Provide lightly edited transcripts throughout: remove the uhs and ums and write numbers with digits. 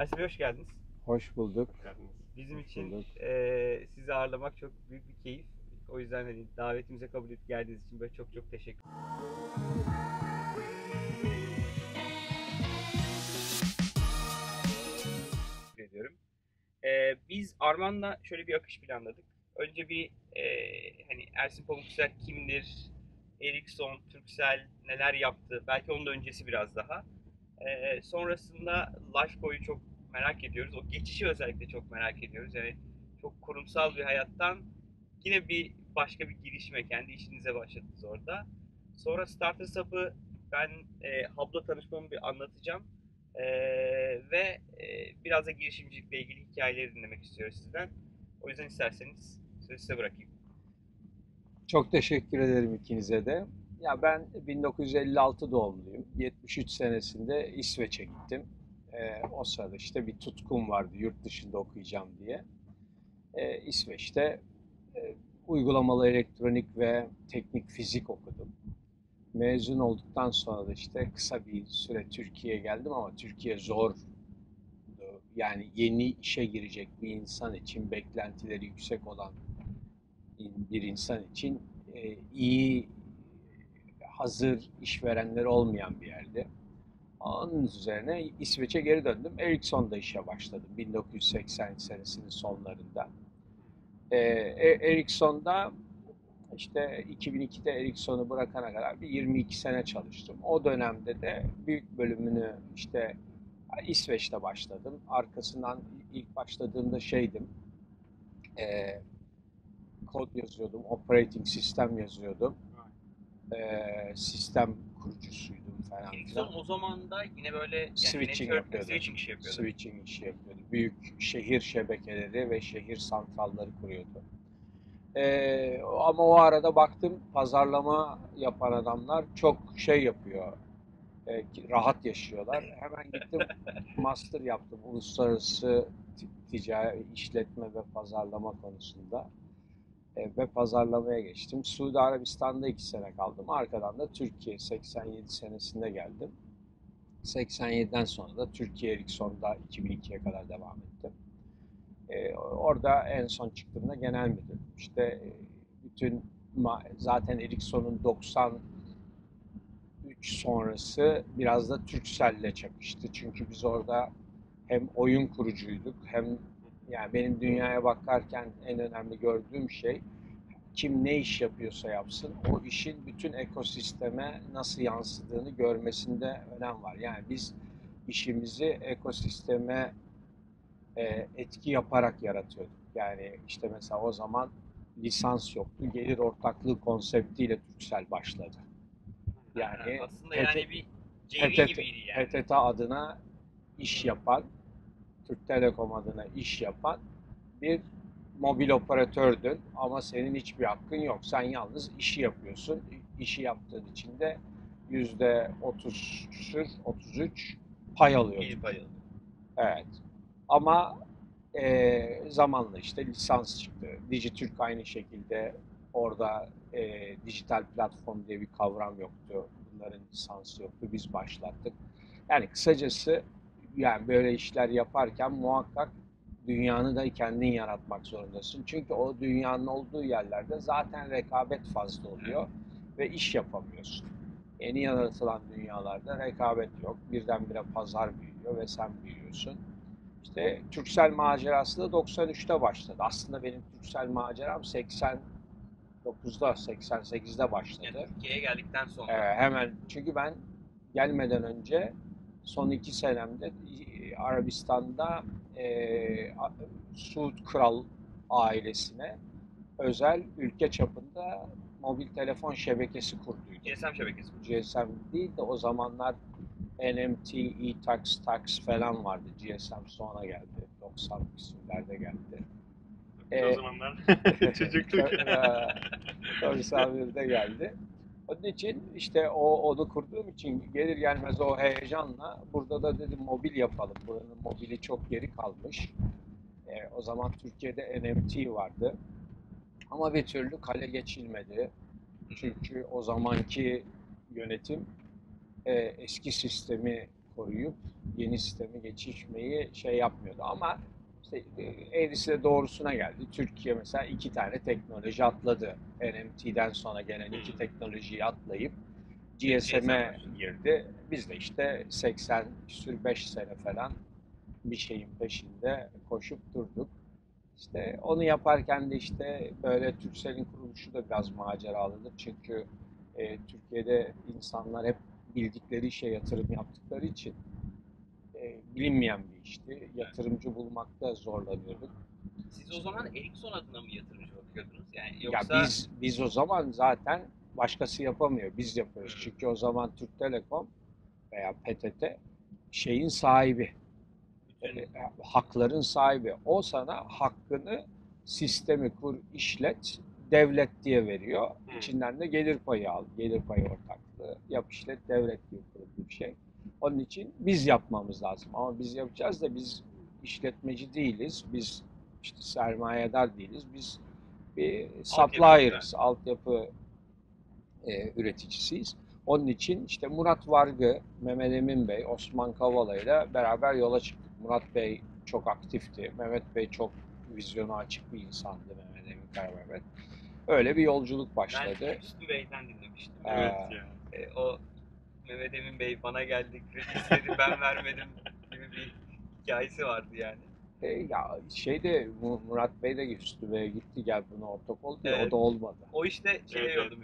Ersin Bey hoş geldiniz. Hoş bulduk. Hoş geldiniz. Bizim Hoş için bulduk. sizi ağırlamak çok büyük bir keyif. O yüzden hani davetimize kabul edip geldiğiniz için böyle çok çok teşekkür ediyorum. Biz Arman'la şöyle bir akış planladık. Önce bir hani Ersin Pamuksel kimdir? Ericsson, Turkcell neler yaptı? Belki onun da öncesi biraz daha. Sonrasında Lifeco'yu çok merak ediyoruz. O geçişi özellikle çok merak ediyoruz. Yani çok kurumsal bir hayattan yine bir başka bir girişime, kendi işinize başladınız orada. Sonra Starter Hub'ı ben Hub'la tanışmamı bir anlatacağım. E, ve biraz da girişimcilikle ilgili hikayeleri dinlemek istiyoruz sizden. O yüzden isterseniz sözü size bırakayım. Çok teşekkür ederim ikinize de. Ya ben 1956 doğumluyum. 73 senesinde İsveç'e gittim. O sırada işte bir tutkum vardı yurt dışında okuyacağım diye. İsveç'te e, uygulamalı elektronik ve teknik fizik okudum. Mezun olduktan sonra da işte kısa bir süre Türkiye'ye geldim ama Türkiye zordu. Yani yeni işe girecek bir insan için beklentileri yüksek olan bir insan için iyi hazır işverenleri olmayan bir yerde. Onun üzerine İsveç'e geri döndüm. Ericsson'da işe başladım 1980 senesinin sonlarında. Ericsson'da işte 2002'de Ericsson'u bırakana kadar bir 22 sene çalıştım. O dönemde de büyük bölümünü işte İsveç'te başladım. Arkasından ilk başladığımda e, kod yazıyordum, operating sistem yazıyordum. Sistem kurucusuydum falan Ericsson filan. o zaman da yine böyle yani Switching network yapıyordu. switching işi yapıyordu. Switching işi yapıyordu. Büyük şehir şebekeleri ve şehir santralları kuruyordu. Ama o arada baktım pazarlama yapan adamlar çok şey yapıyor. Rahat yaşıyorlar. Hemen gittim master yaptım uluslararası ticari işletme ve pazarlama konusunda. Ve pazarlamaya geçtim. Suudi Arabistan'da 2 sene kaldım. Arkadan da Türkiye 87 senesinde geldim. 87'den sonra da Türkiye Ericsson'da 2002'ye kadar devam ettim. Orada en son çıktığımda genel müdür. İşte bütün zaten Ericsson'un 93 sonrası biraz da Turkcell'le çakıştı. Çünkü biz orada hem oyun kurucuyduk hem yani benim dünyaya bakarken en önemli gördüğüm şey kim ne iş yapıyorsa yapsın o işin bütün ekosisteme nasıl yansıdığını görmesinde önem var. Yani biz işimizi ekosisteme etki yaparak yaratıyorduk. Yani işte mesela o zaman lisans yoktu. Gelir ortaklığı konseptiyle Turkcell başladı. Ha, Yani aslında yani bir JV PTT, gibiydi yani. PTT adına iş Hmm. yapan, Türk Telekom adına iş yapan bir mobil operatördün ama senin hiçbir hakkın yok. Sen yalnız işi yapıyorsun. İşi yaptığın için de %30 küsür, 33 pay Gelip alıyorduk. ayrıldı. Evet. Ama zamanla işte lisans çıktı. Dijitürk aynı şekilde orada dijital platform diye bir kavram yoktu. Bunların lisansı yoktu. Biz başlattık. Yani kısacası yani böyle işler yaparken muhakkak dünyanı da kendin yaratmak zorundasın. Çünkü o dünyanın olduğu yerlerde zaten rekabet fazla Evet. oluyor ve iş yapamıyorsun. Yeni yaratılan dünyalarda rekabet yok. Birdenbire pazar büyüyor ve sen büyüyorsun. İşte Turkcell macerası da 93'te başladı. Aslında benim Turkcell maceram 89'da, 88'de Yani başladı. Türkiye'ye geldikten sonra. Hemen çünkü ben gelmeden önce son 2 senemde Arabistan'da Suud Kral ailesine özel ülke çapında mobil telefon şebekesi kurduydum. GSM şebekesi. GSM değil de o zamanlar NMT, E-Tax, Tax falan vardı. GSM sonra geldi. 90 küsürlerde geldi. Biz o E, zamanlar çocuktuk. 91'de geldi. Onun için işte onu kurduğum için gelir gelmez o heyecanla burada da dedim mobil yapalım. Buranın mobili çok geri kalmış. O zaman Türkiye'de NMT vardı. Ama bir türlü kale geçilmedi. Çünkü o zamanki yönetim eski sistemi koruyup yeni sisteme geçişmeyi şey yapmıyordu. Ama işte eğrisi de doğrusuna geldi. Türkiye mesela 2 tane teknoloji atladı. NMT'den sonra gelen 2 teknolojiyi atlayıp GSM'e girdi. Biz de işte 80 küsür 5 sene falan bir şeyin peşinde koşup durduk. İşte onu yaparken de işte böyle Turkcell'in kuruluşu da biraz maceralıdır. Çünkü Türkiye'de insanlar hep bildikleri işe yatırım yaptıkları için bilinmeyen bir işti. Yatırımcı bulmakta zorlanıyorduk. Siz o zaman Ericsson adına mı yatırımcı bakıyordunuz? Yani Ya yoksa biz o zaman zaten başkası yapamıyor. Biz yapıyoruz. Çünkü o zaman Türk Telekom veya PTT şeyin sahibi. bütün Hakların sahibi. O sana hakkını sistemi kur, işlet, devlet diye veriyor. İçinden de gelir payı al. Gelir payı ortaklığı. Yap işlet devlet diye kurulmuş bir şey. Onun için biz yapmamız lazım. Ama biz yapacağız da biz işletmeci değiliz. Biz işte sermayedar değiliz. Biz bir altyapı supplier'ız. Altyapı üreticisiyiz. Onun için işte Murat Vargı, Mehmet Emin Bey, Osman Kavala ile beraber yola çıktık. Murat Bey çok aktifti. Mehmet Bey çok vizyonu açık bir insandı, Mehmet Emin Karamehmet. Öyle bir yolculuk başladı. Ben Hüsnü Bey'den dinlemiştim. Evet ya. O Mehmet Emin Bey bana geldi, kredi istedi, ben vermedim gibi bir hikayesi vardı yani. Ya şeyde Murat Bey de Hüsnü Bey'e gitti gel buna ortak ol diye o Evet. da olmadı. O işte şeye Evet, evet. yollamış.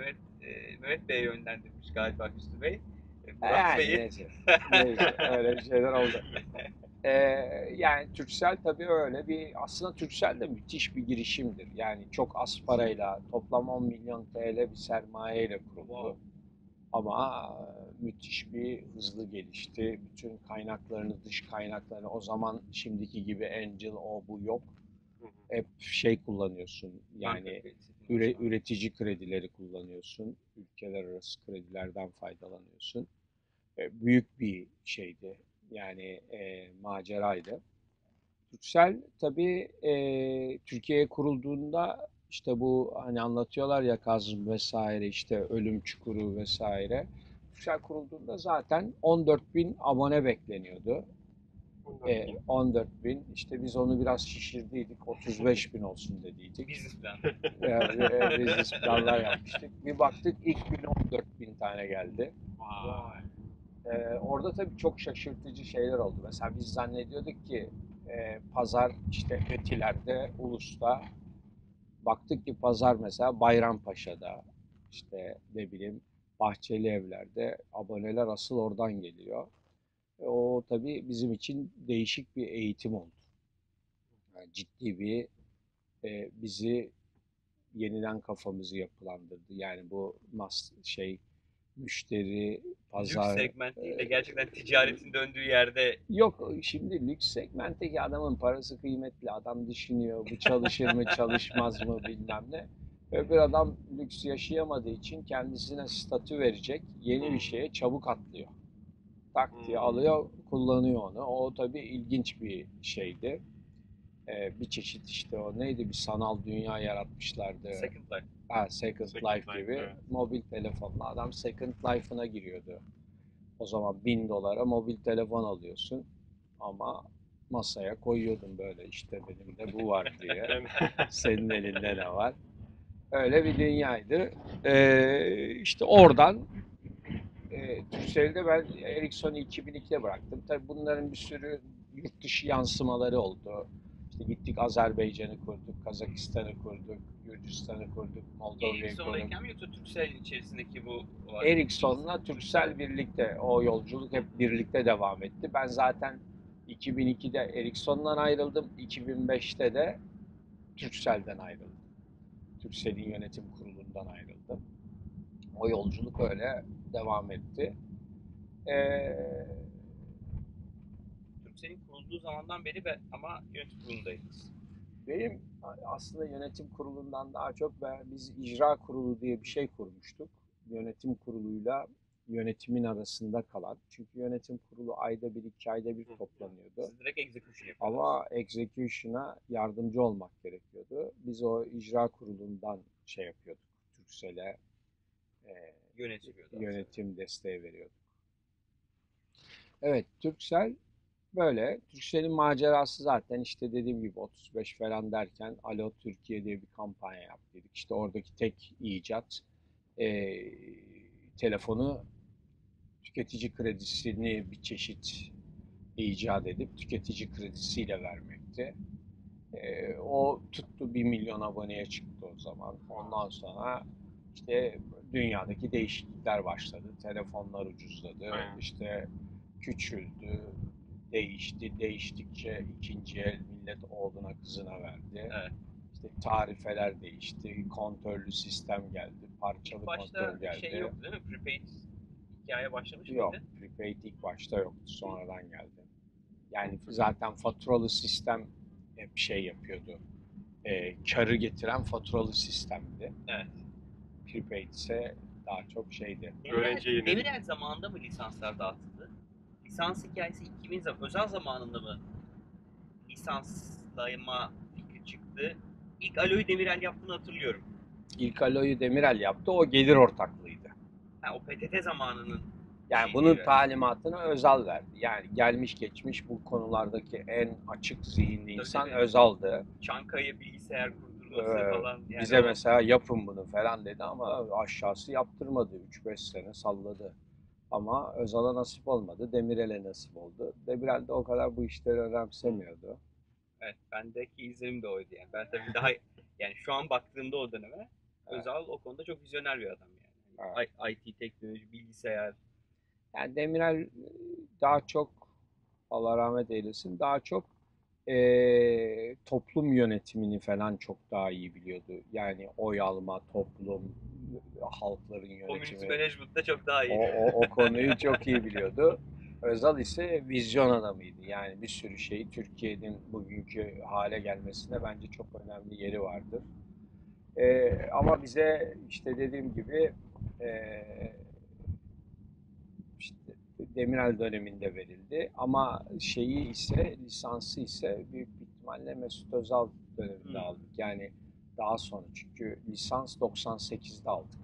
Mehmet Bey'e yönlendirmiş galiba Hüsnü Bey. Murat Yani Bey'i neyse öyle bir şeyler oldu. Ee, Yani Turkcell tabii öyle bir aslında Turkcell de müthiş bir girişimdir. Yani çok az parayla toplam 10 milyon TL bir sermayeyle kuruldu. Wow. Ama müthiş bir hızlı gelişti. Bütün kaynaklarını, dış kaynaklarını o zaman şimdiki gibi Angel o bu yok. Hep şey kullanıyorsun yani üretici kredileri kullanıyorsun. Ülkeler arası kredilerden faydalanıyorsun. Büyük bir şeydi. Yani maceraydı. Turkcell tabii Türkiye'ye kurulduğunda işte bu hani anlatıyorlar ya Kazım vesaire işte ölüm çukuru vesaire. Turkcell kurulduğunda zaten 14 bin abone bekleniyordu. 14.000. 14 bin işte biz onu biraz şişirdiydik 35 bin olsun dediydik. Business plan. Business planlar yapmıştık. Bir baktık ilk gün 14 bin tane geldi. Vay. Orada tabii çok şaşırtıcı şeyler oldu. Mesela biz zannediyorduk ki pazar işte Etiler'de, Ulus'ta. Baktık ki pazar mesela Bayrampaşa'da, işte ne bileyim Bahçeli Evler'de aboneler asıl oradan geliyor. O tabii bizim için değişik bir eğitim oldu. Yani ciddi bir bizi yeniden kafamızı yapılandırdı. Yani bu müşteri, Lüks pazar, segment değil de gerçekten ticaretin döndüğü yerde yok şimdi lüks segmentteki adamın parası kıymetli. Adam düşünüyor bu çalışır mı çalışmaz mı bilmem ne. Öbür adam lüks yaşayamadığı için kendisine statü verecek yeni bir şeye çabuk atlıyor. Tak diye alıyor kullanıyor onu. O tabii ilginç bir şeydi. Bir çeşit işte o neydi bir sanal dünya yaratmışlardı. Second Life. Second Second Life Life, gibi evet. mobil telefonla adam Second Life'ına giriyordu. O zaman 1000 dolara mobil telefon alıyorsun ama masaya koyuyordum böyle işte benim de bu var diye. Senin elinde ne var? Öyle bir dünyaydı. İşte oradan Turkcell'de ben Ericsson'u 2002'de bıraktım. Tabii bunların bir sürü yurt dışı yansımaları oldu. İşte gittik Azerbaycan'ı kurduk, Kazakistan'ı kurduk, Gürcistan'ı kurduk, Moldova'yı kurduk. Ericsson'dayken mi yoksa Turkcell içerisindeki bu Ericsson'la Turkcell birlikte o yolculuk hep birlikte devam etti. Ben zaten 2002'de Ericsson'dan ayrıldım. 2005'te de Turkcell'den ayrıldım. Turkcell'in yönetim kurulundan ayrıldım. O yolculuk öyle devam etti. Ee, Turkcell'in kurulduğu zamandan beri ama yönetim kurulundaydınız. Benim aslında yönetim kurulundan daha çok biz icra kurulu diye bir şey kurmuştuk. Yönetim kuruluyla yönetimin arasında kalan. Çünkü yönetim kurulu ayda bir, 2 ayda bir toplanıyordu. Siz direkt execution yapıyordunuz. Ama execution'a yardımcı olmak gerekiyordu. Biz o icra kurulundan şey yapıyorduk. Turkcell'e yönetim desteği veriyorduk. Evet, Turkcell böyle. Turkcell'in macerası zaten işte dediğim gibi 35 falan derken Alo Türkiye diye bir kampanya yaptık. İşte oradaki tek icat e, telefonu tüketici kredisini bir çeşit icat edip tüketici kredisiyle vermekti. O tuttu 1 milyon aboneye çıktı o zaman. Ondan sonra işte dünyadaki değişiklikler başladı. Telefonlar ucuzladı. Aynen. İşte küçüldü, değişti. Değiştikçe ikinci el millet oğluna kızına verdi. Evet. İşte tarifeler değişti. Kontörlü sistem geldi. İlk Parçalı kontör başta şey geldi. yoktu değil mi? Prepaid hikaye başlamış Yok, mıydı? prepaid ilk başta yoktu. Sonradan geldi. Yani zaten faturalı sistem hep şey yapıyordu. Karı getiren faturalı sistemdi. Evet. Prepaid ise daha çok şeydi. Öğrenciye yönelik. Demirel zamanında mı lisanslar dağıtıldı? Lisans hikayesi 2000 özel zamanında mı lisanslama fikri çıktı? İlk Aloy Demirel yaptığını hatırlıyorum. İlk Aloy'u Demirel yaptı. O gelir ortaklığıydı. Ha, o PTT zamanının Yani şeyi bunun biraz. talimatını Özal verdi. Yani gelmiş geçmiş bu konulardaki en açık zihinli insan tabii. Özal'dı. Çankaya bilgisayar kurdurması falan. Yani Bize o mesela yapın bunu falan dedi ama aşağısı yaptırmadı. 3-5 sene salladı. Ama Özal'a nasip olmadı. Demirel'e nasip oldu. Demirel de o kadar bu işleri önemsemiyordu. evet, bendeki izlenim de oydu yani. Ben tabii daha yani şu an baktığımda o döneme Evet. Özal o konuda çok vizyoner bir adam yani. Evet. IT teknoloji, bilgisayar. Yani Demirel daha çok, Allah rahmet eylesin, daha çok toplum yönetimini falan çok daha iyi biliyordu. Yani oy alma, toplum, halkların Community yönetimi, management'ta çok daha o, iyiydi. o konuyu çok iyi biliyordu. Özal ise vizyon adamıydı. Yani bir sürü şeyi Türkiye'nin bugünkü hale gelmesine bence çok önemli yeri vardır. Ama bize işte dediğim gibi işte Demirel döneminde verildi. Ama şeyi ise lisansı ise büyük bir ihtimalle Mesut Özal döneminde aldık. Yani daha sonra çünkü lisans 98'de aldık.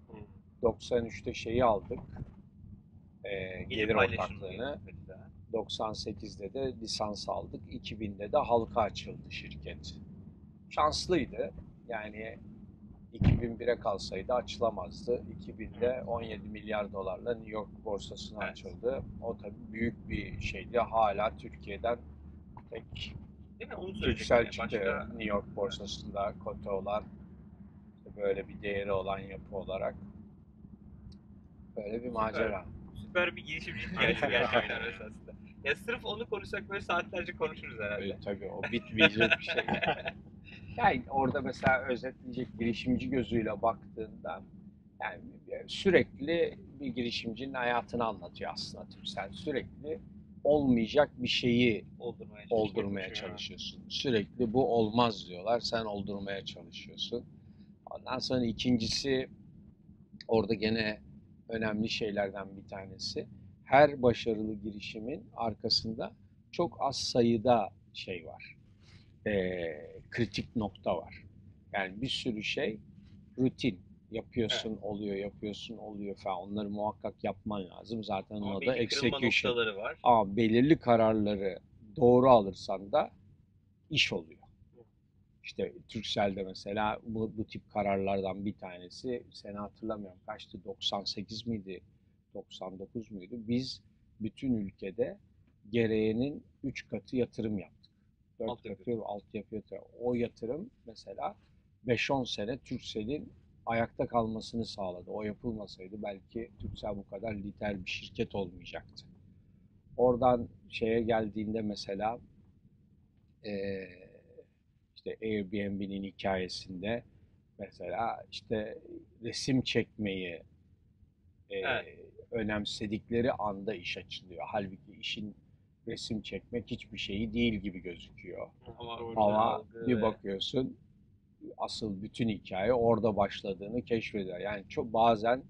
93'te şeyi aldık. Gelir Gelir paylaşımı ortaklığını. mesela. 98'de de lisans aldık. 2000'de de halka açıldı şirket. Şanslıydı. Yani 2001'e kalsaydı açılamazdı. 2000'de 17 milyar dolarla New York borsasına Evet. açıldı. O tabii büyük bir şeydi. Hala Türkiye'den tek Değil mi? Onu söyleyecektim Turkcell yani. çıktı Başka New York borsasında kote olan, işte böyle bir değeri olan yapı olarak. Böyle bir süper. macera. Süper bir girişimci hikayesi gerçekten esasında. Ya sırf onu konuşsak böyle saatlerce konuşuruz herhalde. Tabii o bitmeyecek bir şey. Yani orada mesela özetleyecek girişimci gözüyle baktığında yani sürekli bir girişimcinin hayatını anlatıyor aslında Türksel. Sürekli olmayacak bir şeyi oldurmaya çalışıyorsun. Sürekli bu olmaz diyorlar. Sen oldurmaya çalışıyorsun. Ondan sonra ikincisi orada gene önemli şeylerden bir tanesi. Her başarılı girişimin arkasında çok az sayıda şey var. Kritik nokta var. Yani bir sürü şey rutin. Evet. Yapıyorsun, oluyor, yapıyorsun, oluyor falan. Onları muhakkak yapman lazım. Zaten Ama ona da belli kırılma execution. noktaları var. Ama belirli kararları doğru alırsan da iş oluyor. İşte Turkcell'de mesela bu tip kararlardan bir tanesi, seni hatırlamıyorum kaçtı, 98 miydi, 99 muydu? Biz bütün ülkede gereğinin 3 katı yatırım yaptık. 4 Altyapı. katı altyapı yatırım. O yatırım mesela 5-10 sene Turkcell'in ayakta kalmasını sağladı. O yapılmasaydı belki Turkcell bu kadar lider bir şirket olmayacaktı. Oradan şeye geldiğinde mesela eee işte Airbnb'nin hikayesinde mesela işte resim çekmeyi Evet. önemsedikleri anda iş açılıyor. Halbuki işin resim çekmek hiçbir şeyi değil gibi gözüküyor. Ama Ama algı bir ve bakıyorsun asıl bütün hikaye orada başladığını keşfediyor. Yani çok bazen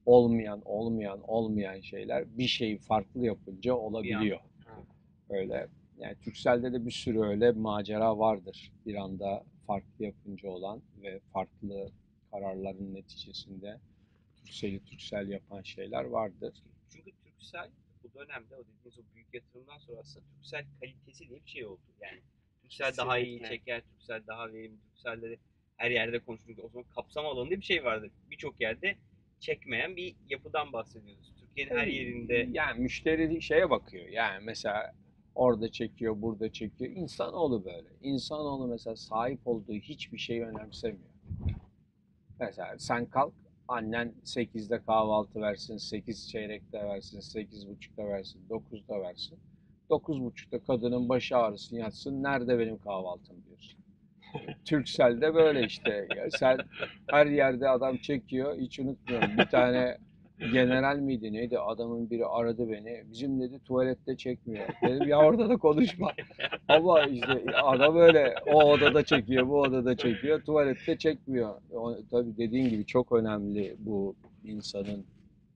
olmayan şeyler bir şeyi farklı yapınca bir anda. olabiliyor. Öyle. Yani Turkcell'de de bir sürü öyle macera vardır. Bir anda farklı yapınca olan ve farklı kararların neticesinde Turkcell'i Turkcell yapan şeyler vardır. Çünkü Turkcell bu dönemde o dediğiniz o büyük yatırımdan sonra aslında Turkcell kalitesi diye bir şey oldu. Yani Turkcell daha iyi Kesinlikle. çeker, Turkcell daha verimli, Turkcell'de her yerde konuşulur. O zaman kapsam alanı diye bir şey vardı. Birçok yerde çekmeyen bir yapıdan bahsediyoruz. Türkiye'nin her yerinde Yani müşteri şeye bakıyor. Yani mesela orada çekiyor, burada çekiyor. İnsanoğlu böyle. İnsanoğlu mesela sahip olduğu hiçbir şeyi önemsemiyor. Mesela sen kalk, annen 8'de kahvaltı versin, 8 çeyrekte versin, 8.30'da versin, 9'da versin. 9.30'da kadının başı ağrısın, yatsın. Nerede benim kahvaltım diyorsun. Turkcell'de böyle işte. Ya sen her yerde adam çekiyor. Hiç unutmuyorum. Bir tane general miydi neydi? Adamın biri aradı beni. Bizim dedi tuvalette çekmiyor. Dedim ya orada da konuşma. Ama işte adam öyle o odada çekiyor, bu odada çekiyor. Tuvalette çekmiyor. Tabii dediğin gibi çok önemli bu insanın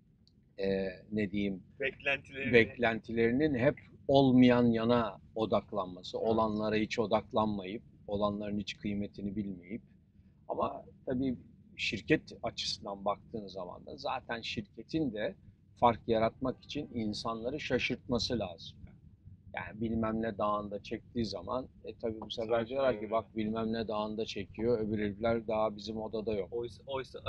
ne diyeyim beklentilerini beklentilerinin hep olmayan yana odaklanması, olanlara hiç odaklanmayıp, olanların hiç kıymetini bilmeyip ama tabii şirket açısından baktığın zaman da zaten şirketin de fark yaratmak için insanları şaşırtması lazım. Yani bilmem ne dağında çektiği zaman tabii bu sefer Tabii, diyorlar ki aynen. bak bilmem ne dağında çekiyor, öbür herifler daha bizim odada yok. oysa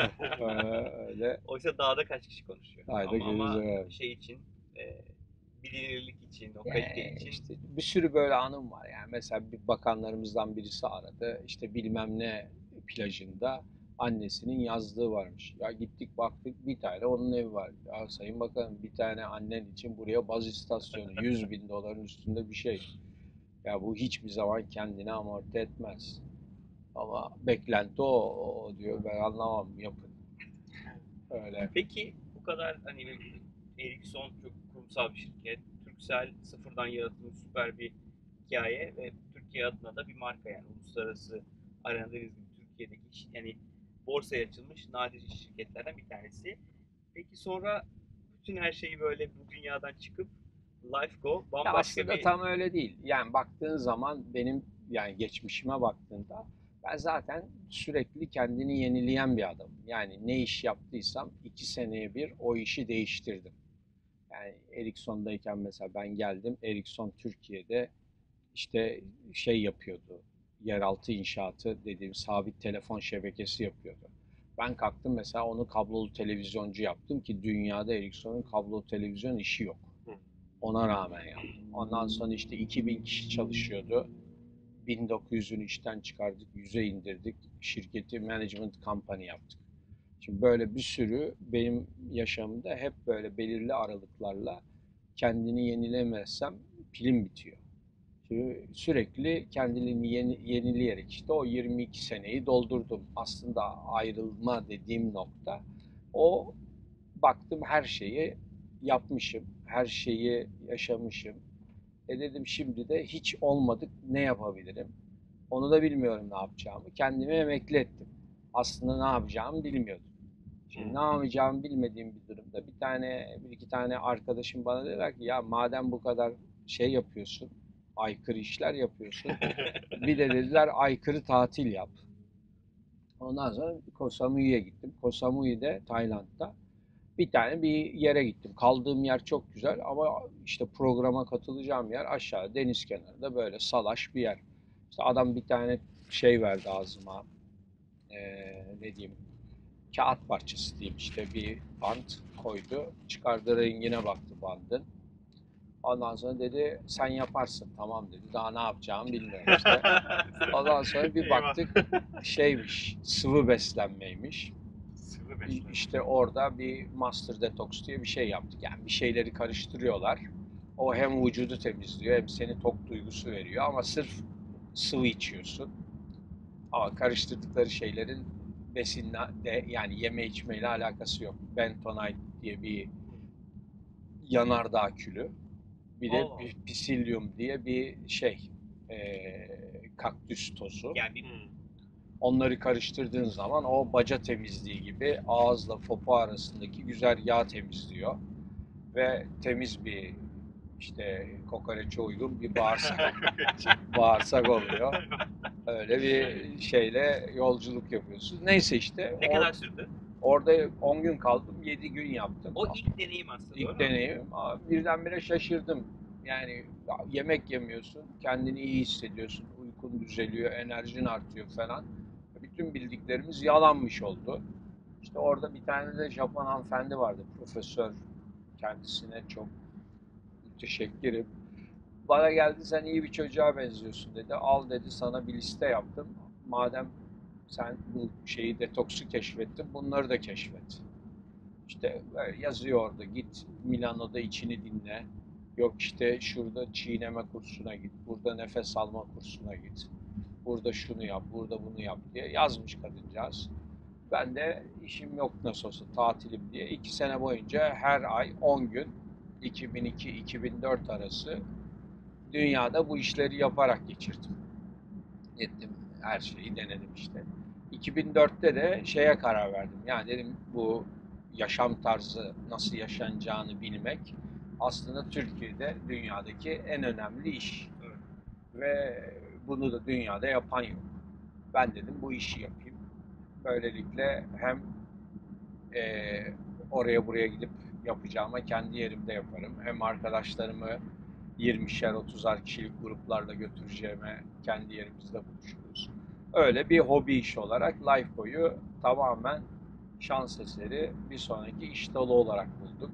Öyle oysa dağda kaç kişi konuşuyor. ayda Ama gezeceğiz. şey için bilinirlik için, o kalite Yani için işte bir sürü böyle anım var. Yani mesela bir bakanlarımızdan birisi aradı. İşte bilmem ne plajında annesinin yazlığı varmış. Ya gittik baktık bir tane onun evi var. Ya Sayın Bakanım bir tane annen için buraya baz istasyonu 100 bin doların üstünde bir şey. Ya bu hiçbir zaman kendini amorti etmez. Ama beklenti o diyor. Ben anlamam yapın. Öyle. peki bu kadar hani Ericsson çok kurumsal bir şirket. Turkcell sıfırdan yaratılmış süper bir hikaye ve Türkiye adına da bir marka yani uluslararası arenadaki Türkiye'deki yani borsaya açılmış nadir şirketlerden bir tanesi. Peki sonra bütün her şeyi böyle bu dünyadan çıkıp Lifeco Ya bambaşka aslında bir tam öyle değil. Yani baktığın zaman benim yani geçmişime baktığında ben zaten sürekli kendini yenileyen bir adamım. Yani ne iş yaptıysam 2 seneye bir o işi değiştirdim. Yani Ericsson'dayken mesela ben geldim. Ericsson Türkiye'de işte şey yapıyordu. Yeraltı inşaatı dediğim sabit telefon şebekesi yapıyordu. Ben kalktım mesela onu kablolu televizyoncu yaptım ki dünyada Ericsson'un kablolu televizyon işi yok. Ona rağmen yaptım. Ondan sonra işte 2000 kişi çalışıyordu. 1900'ünü işten çıkardık, 100'e indirdik. Şirketi management company yaptık. Şimdi böyle bir sürü benim yaşamımda hep böyle belirli aralıklarla kendini yenilemezsem pilim bitiyor. Şimdi sürekli kendini yenileyerek işte o 22 seneyi doldurdum. Aslında ayrılma dediğim nokta o baktım her şeyi yapmışım, her şeyi yaşamışım. Dedim şimdi de hiç olmadık ne yapabilirim? Onu da bilmiyorum ne yapacağımı. Kendimi emekli ettim. Aslında ne yapacağımı bilmiyordum. Şimdi ne yapacağımı bilmediğim bir durumda bir iki tane arkadaşım bana dediler ki ya madem bu kadar şey yapıyorsun, aykırı işler yapıyorsun, bir de dediler aykırı tatil yap. Ondan sonra Koh Samui'ye gittim. Koh Samui'de Tayland'da bir yere gittim. Kaldığım yer çok güzel ama işte programa katılacağım yer aşağı deniz kenarında böyle salaş bir yer. İşte adam bir tane şey verdi ağzıma. Ne diyeyim? Kağıt parçası diyeyim işte bir bant koydu. Çıkardığı rengine baktı bandın. Ondan sonra dedi sen yaparsın tamam dedi. Daha ne yapacağımı bilmiyorum işte. Ondan sonra bir Eyvah. baktık şeymiş sıvı beslenmeymiş. Sıvı beslenme. İşte orada bir Master Detox diye bir şey yaptık. Yani bir şeyleri karıştırıyorlar. O hem vücudu temizliyor hem seni tok duygusu veriyor ama sırf sıvı içiyorsun. Ama karıştırdıkları şeylerin besinle de yani yeme içmeyle alakası yok. Bentonite diye bir yanardağ külü. Bir de Allah psilyum diye bir şey kaktüs tozu. yani bir Onları karıştırdığın zaman o baca temizliği gibi ağızla popo arasındaki güzel yağ temizliyor. Ve temiz bir işte kokoreçe uygun bir bağırsak oluyor. Öyle bir şeyle yolculuk yapıyorsun. Neyse işte ne kadar sürdü? Orada 10 gün kaldım, 7 gün yaptım. O ilk deneyim aslında, doğru İlk mu? deneyim. Birdenbire şaşırdım. Yani yemek yemiyorsun, kendini iyi hissediyorsun, uykun düzeliyor, enerjin artıyor falan. Bütün bildiklerimiz yalanmış oldu. İşte orada bir tane de Japon hanımefendi vardı, profesör. Kendisine çok müteşekkirim. Bana geldi, sen iyi bir çocuğa benziyorsun dedi. Al dedi, sana bir liste yaptım. Madem sen bu şeyi, detoksu keşfettin, bunları da keşfet. İşte yazıyor orada, git Milano'da içini dinle. Yok işte şurada çiğneme kursuna git, burada nefes alma kursuna git. Burada şunu yap, burada bunu yap diye yazmış kadıncağız. Ben de işim yok nasıl olsa, tatilim diye 2 sene boyunca her ay 10 gün 2002-2004 arası dünyada bu işleri yaparak geçirdim. Ettim, her şeyi denedim işte. 2004'te de şeye karar verdim. Yani dedim, bu yaşam tarzı nasıl yaşanacağını bilmek aslında Türkiye'de dünyadaki en önemli iş. Evet. Ve bunu da dünyada yapan yok. Ben dedim bu işi yapayım. Böylelikle hem oraya buraya gidip yapacağıma kendi yerimde yaparım. Hem arkadaşlarımı 20'şer 30'ar kişilik gruplarla götüreceğime kendi yerimizde buluşuruz. Öyle bir hobi iş olarak Lifeco'yu tamamen şans eseri bir sonraki iş dalı olarak bulduk.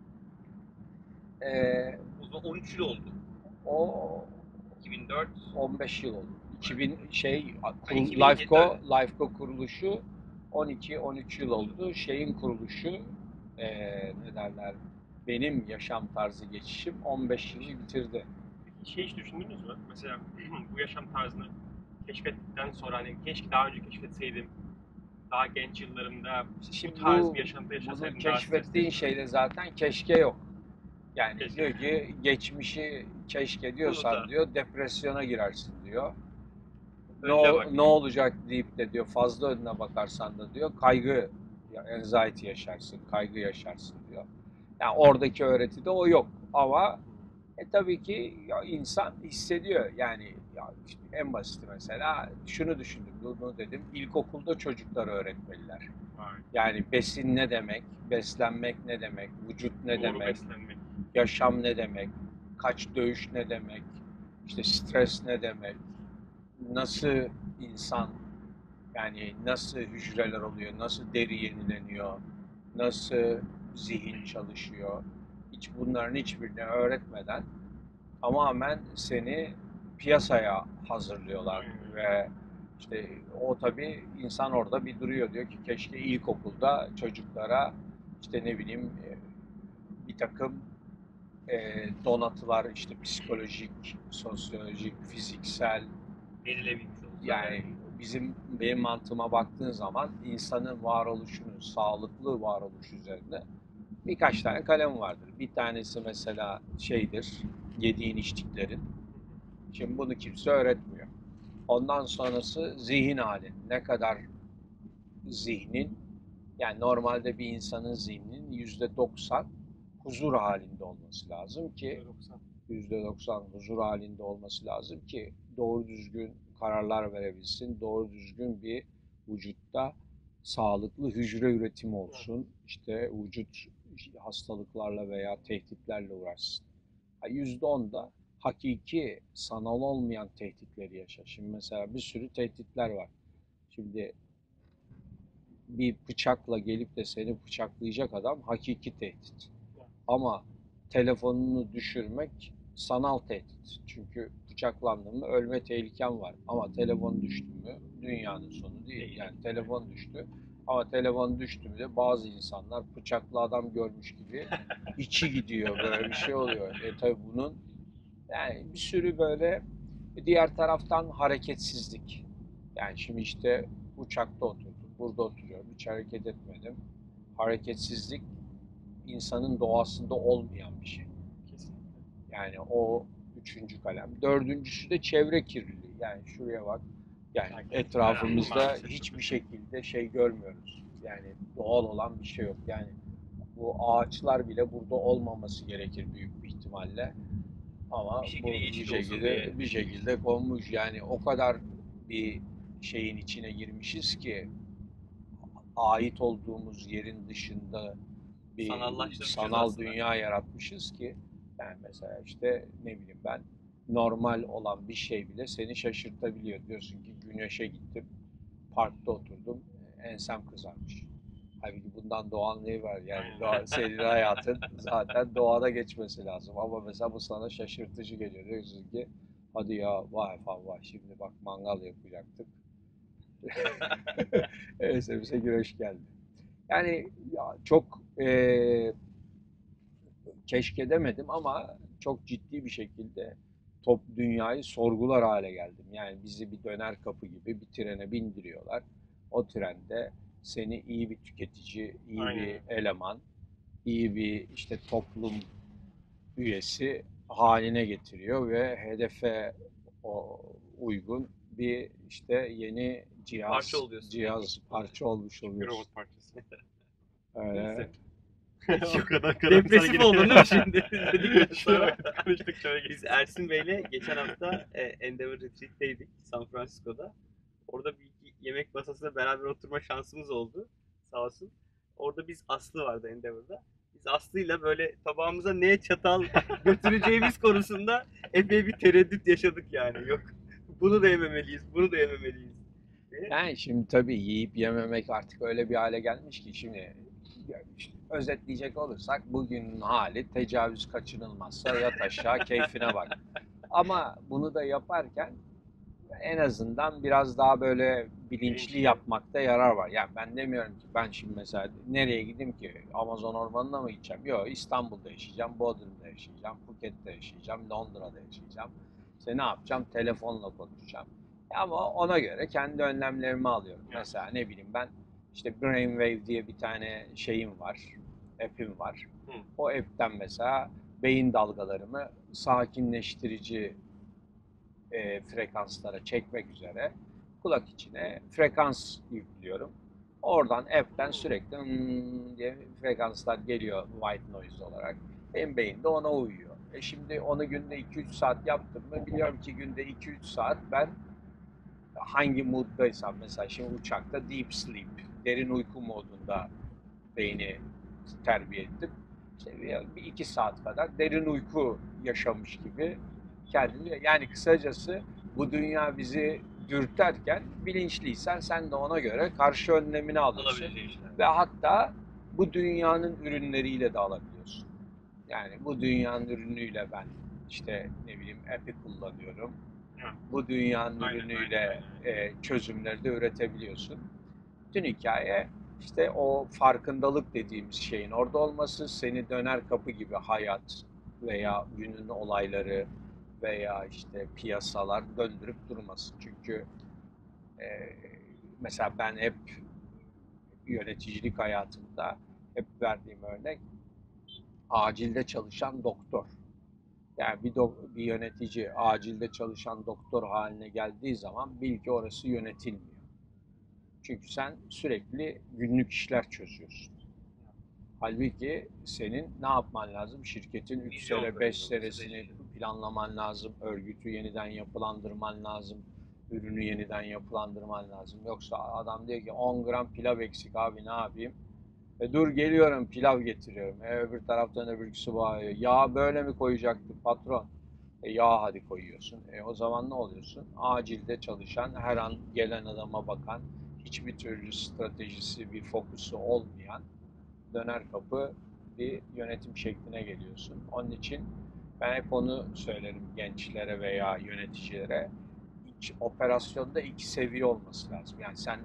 O zaman 13 yıl oldu. O 2004. 15 yıl oldu. 2000 2007, Lifeco kuruluşu 12-13 yıl oldu. Şeyin kuruluşu ne derler? Benim yaşam tarzı geçişim 15 yılı bitirdi. Peki şey hiç düşündünüz mü? Mesela bu yaşam tarzını keşfettikten sonra hani keşke daha önce keşfetseydim. Daha genç yıllarımda Şimdi bu tarz bir yaşantı yaşasaydım bunu daha keşfettiğin stresli. şeyde zaten keşke yok. Yani Keşke. diyor ki geçmişi keşke diyorsan Unuta. diyor depresyona girersin diyor. Önce bak. Ne olacak deyip de diyor fazla önüne bakarsan da diyor kaygı, anxiety yaşarsın, kaygı yaşarsın diyor. Yani oradaki öğretide o yok ama tabii ki ya insan hissediyor. Yani ya işte en basiti mesela şunu düşündüm, bunu dedim. İlkokulda çocuklara öğretmeliler. Vay. Yani besin ne demek, beslenmek ne demek, vücut ne Doğru demek, beslenmek. yaşam ne demek, kaç dövüş ne demek, işte stres ne demek, nasıl insan, yani nasıl hücreler oluyor, nasıl deri yenileniyor, nasıl zihin çalışıyor. Hiç bunların hiçbirini öğretmeden tamamen seni piyasaya hazırlıyorlar ve işte o tabii insan orada bir duruyor, diyor ki keşke ilkokulda çocuklara işte ne bileyim bir takım donatılar, işte psikolojik, sosyolojik, fiziksel, Verilebilmiş oldu. yani benim mantığıma baktığın zaman insanın varoluşunun, sağlıklı varoluş üzerinde birkaç tane kalem vardır. Bir tanesi mesela şeydir, yediğin içtiklerin. Şimdi bunu kimse öğretmiyor. Ondan sonrası zihin hali. Ne kadar zihnin, yani normalde bir insanın zihninin %90 huzur halinde olması lazım ki %90 huzur halinde olması lazım ki doğru düzgün kararlar verebilsin, doğru düzgün bir vücutta sağlıklı hücre üretimi olsun, işte vücut hastalıklarla veya tehditlerle uğraşsın. %10 da hakiki, sanal olmayan tehditleri yaşar. Şimdi mesela bir sürü tehditler var. Şimdi bir bıçakla gelip de seni bıçaklayacak adam hakiki tehdit. Ama telefonunu düşürmek sanal tehdit. Çünkü bıçaklandın mı ölme tehliken var. Ama telefon düştü mü dünyanın sonu değil. Yani telefon düştü. Ama telefon düştü mü de bazı insanlar bıçaklı adam görmüş gibi içi gidiyor, böyle bir şey oluyor. Tabii bunun yani bir sürü böyle, diğer taraftan hareketsizlik. Yani şimdi işte uçakta oturdum, burada oturuyorum, hiç hareket etmedim. Hareketsizlik insanın doğasında olmayan bir şey. Kesinlikle. Yani o üçüncü kalem. Dördüncüsü de çevre kirliliği. Yani şuraya bak. Yani etrafımızda hiçbir şekilde şey görmüyoruz. Yani doğal olan bir şey yok. Yani bu ağaçlar bile burada olmaması gerekir büyük bir ihtimalle. Ama Bir şekilde bu yeşil olsun diye. bir şekilde konmuş. Yani o kadar bir şeyin içine girmişiz ki ait olduğumuz yerin dışında bir Sanallaştırmışız sanal aslında. dünya yaratmışız ki yani mesela işte ne bileyim ben normal olan bir şey bile seni şaşırtabiliyor. Diyorsun ki güneşe gittim, parkta oturdum, ensem kızarmış. Halbuki bundan doğan ne var? Yani Aynen. senin hayatın zaten doğada geçmesi lazım. Ama mesela bu sana şaşırtıcı geliyor. Diyorsun ki hadi ya vay falan vay şimdi bak mangal yapacaktık. Evet, bize güneş geldi. Yani ya çok keşke demedim ama çok ciddi bir şekilde dünyayı sorgular hale geldim. Yani bizi bir döner kapı gibi bir trene bindiriyorlar. O trende seni iyi bir tüketici, iyi Aynen bir öyle. eleman, iyi bir işte toplum üyesi haline getiriyor ve hedefe uygun bir işte yeni Parça oluyorsun belki. parça olmuş Küçük bir oluyorsun. robot parçası. Öyle. Neyse. O kadar karamsar Depresif oldun değil mi şimdi dedikten sonra? Konuştuk şöyle Biz geçtik. Ersin Bey'le geçen hafta Endeavor Retreat'teydik San Francisco'da. Orada bir iki yemek masasında beraber oturma şansımız oldu. Sağ olsun. Orada biz Aslı vardı Endeavor'da. Biz Aslı'yla böyle tabağımıza neye çatal götüreceğimiz konusunda epey bir tereddüt yaşadık yani. Yok bunu da yememeliyiz, bunu da yememeliyiz diye. Yani şimdi tabii yiyip yememek artık öyle bir hale gelmiş ki şimdi işte özetleyecek olursak bugünün hali tecavüz kaçınılmazsa yat aşağı keyfine bak. Ama bunu da yaparken en azından biraz daha böyle bilinçli Bilinçli. yapmakta yarar var. Yani ben demiyorum ki ben şimdi mesela nereye gideyim ki? Amazon ormanına mı gideceğim? Yok, İstanbul'da yaşayacağım, Bodrum'da yaşayacağım, Phuket'te yaşayacağım, Londra'da yaşayacağım. İşte ne yapacağım? Telefonla konuşacağım. Ama ona göre kendi önlemlerimi alıyorum. Ya. Mesela ne bileyim ben işte Brainwave diye bir tane şeyim var, app'im var. Hı. O app'ten mesela beyin dalgalarımı sakinleştirici frekanslara çekmek üzere kulak içine frekans yüklüyorum. Oradan app'ten sürekli diye frekanslar geliyor white noise olarak. Benim beyin de ona uyuyor. Şimdi onu günde 2-3 saat yaptım mı biliyorum ki günde 2-3 saat ben hangi mooddaysam mesela şimdi uçakta deep sleep, derin uyku modunda beyni terbiye ettim. İşte bir 2 saat kadar derin uyku yaşamış gibi kendini yani kısacası bu dünya bizi dürterken bilinçliysen sen de ona göre karşı önlemini alıyorsun. Alabileceği işler. Ve hatta bu dünyanın ürünleriyle de alabiliyorsun. Yani bu dünyanın ürünüyle ben işte ne bileyim app'i kullanıyorum. Ya. Bu dünyanın Aynen, ürünüyle aynen. çözümleri de üretebiliyorsun. Bütün hikaye işte o farkındalık dediğimiz şeyin orada olması, seni döner kapı gibi hayat veya günün olayları veya işte piyasalar döndürüp durmasın. Çünkü e, mesela ben hep yöneticilik hayatımda hep verdiğim örnek acilde çalışan doktor. Yani bir yönetici acilde çalışan doktor haline geldiği zaman bil ki orası yönetilmiyor. Çünkü sen sürekli günlük işler çözüyorsun. Halbuki senin ne yapman lazım? Şirketin 3 sene, 5 Vizyonlarında, senesini strateji. planlaman lazım. Örgütü yeniden yapılandırman lazım. Ürünü yeniden yapılandırman lazım. Yoksa adam diyor ki 10 gram pilav eksik abi ne yapayım? Dur geliyorum pilav getiriyorum. Öbür taraftan öbürküsü bağırıyor. Yağ böyle mi koyacaktı patron? Yağ hadi koyuyorsun. O zaman ne oluyorsun? Acilde çalışan, her an gelen adama bakan, hiçbir türlü stratejisi, bir fokusu olmayan döner kapı bir yönetim şekline geliyorsun. Onun için ben hep onu söylerim gençlere veya yöneticilere. Operasyonda 2 seviye olması lazım. Yani sen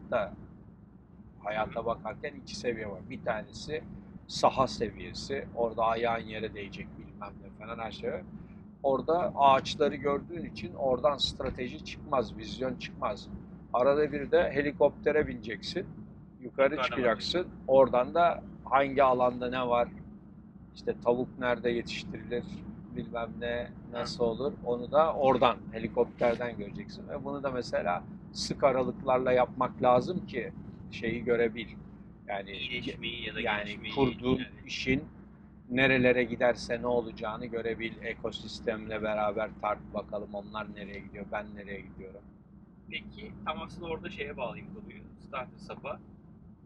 hayata bakarken 2 seviye var. Bir tanesi saha seviyesi. Orada ayağın yere değecek bilmem ne falan her şey. Orada ağaçları gördüğün için oradan strateji çıkmaz, vizyon çıkmaz. Arada bir de helikoptere bineceksin. Yukarı çıkacaksın. Oradan da hangi alanda ne var, işte tavuk nerede yetiştirilir, bilmem ne nasıl olur, onu da oradan, helikopterden göreceksin. Ve bunu da mesela sık aralıklarla yapmak lazım ki şeyi görebil. Yani İyileşmeyi ya da yani gelişmeyi kurduğun yani. işin nerelere giderse ne olacağını görebil. Ekosistemle beraber tart bakalım onlar nereye gidiyor, ben nereye gidiyorum. Peki tam aslında orada şeye bağlayayım konuyu. Starter Sap'a.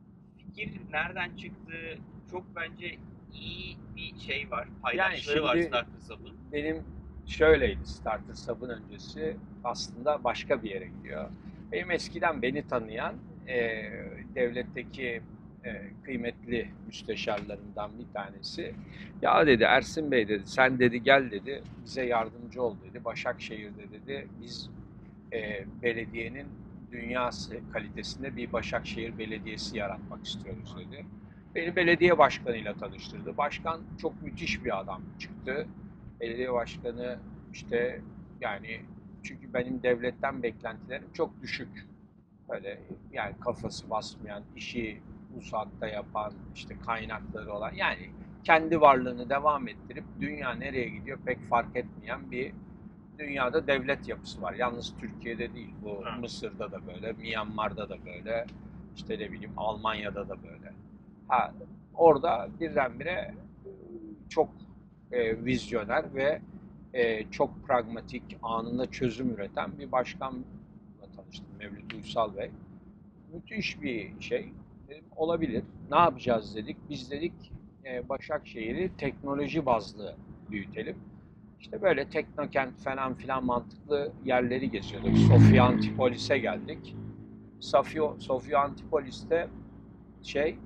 fikir nereden çıktı? Çok bence iyi bir şey var. Yani Paydaşları var şimdi Starter benim şöyleydi, Starter Sub'ın öncesi aslında başka bir yere gidiyor. Benim eskiden beni tanıyan devletteki kıymetli müsteşarlarından bir tanesi, ya dedi Ersin Bey dedi, sen dedi gel dedi bize yardımcı ol dedi. Başakşehir'de dedi biz belediyenin dünyası kalitesinde bir Başakşehir Belediyesi yaratmak istiyoruz dedi. Beni belediye başkanıyla tanıştırdı. Başkan çok müthiş bir adam çıktı. Belediye başkanı işte yani çünkü benim devletten beklentilerim çok düşük. Böyle yani kafası basmayan, işi uzatta yapan, işte kaynakları olan yani kendi varlığını devam ettirip dünya nereye gidiyor pek fark etmeyen bir dünyada devlet yapısı var. Yalnız Türkiye'de değil. Bu Mısır'da da böyle, Myanmar'da da böyle, işte ne bileyim Almanya'da da böyle. Ha, orada birdenbire çok vizyoner ve çok pragmatik, anında çözüm üreten bir başkanla tanıştım. Mevlüt Uysal Bey. Müthiş bir şey. Dedim, olabilir. Ne yapacağız dedik. Biz dedik Başakşehir'i teknoloji bazlı büyütelim. İşte böyle teknokent falan filan mantıklı yerleri geziyorduk. Sofya Antipolis'e geldik. Sofya Antipolis'te şey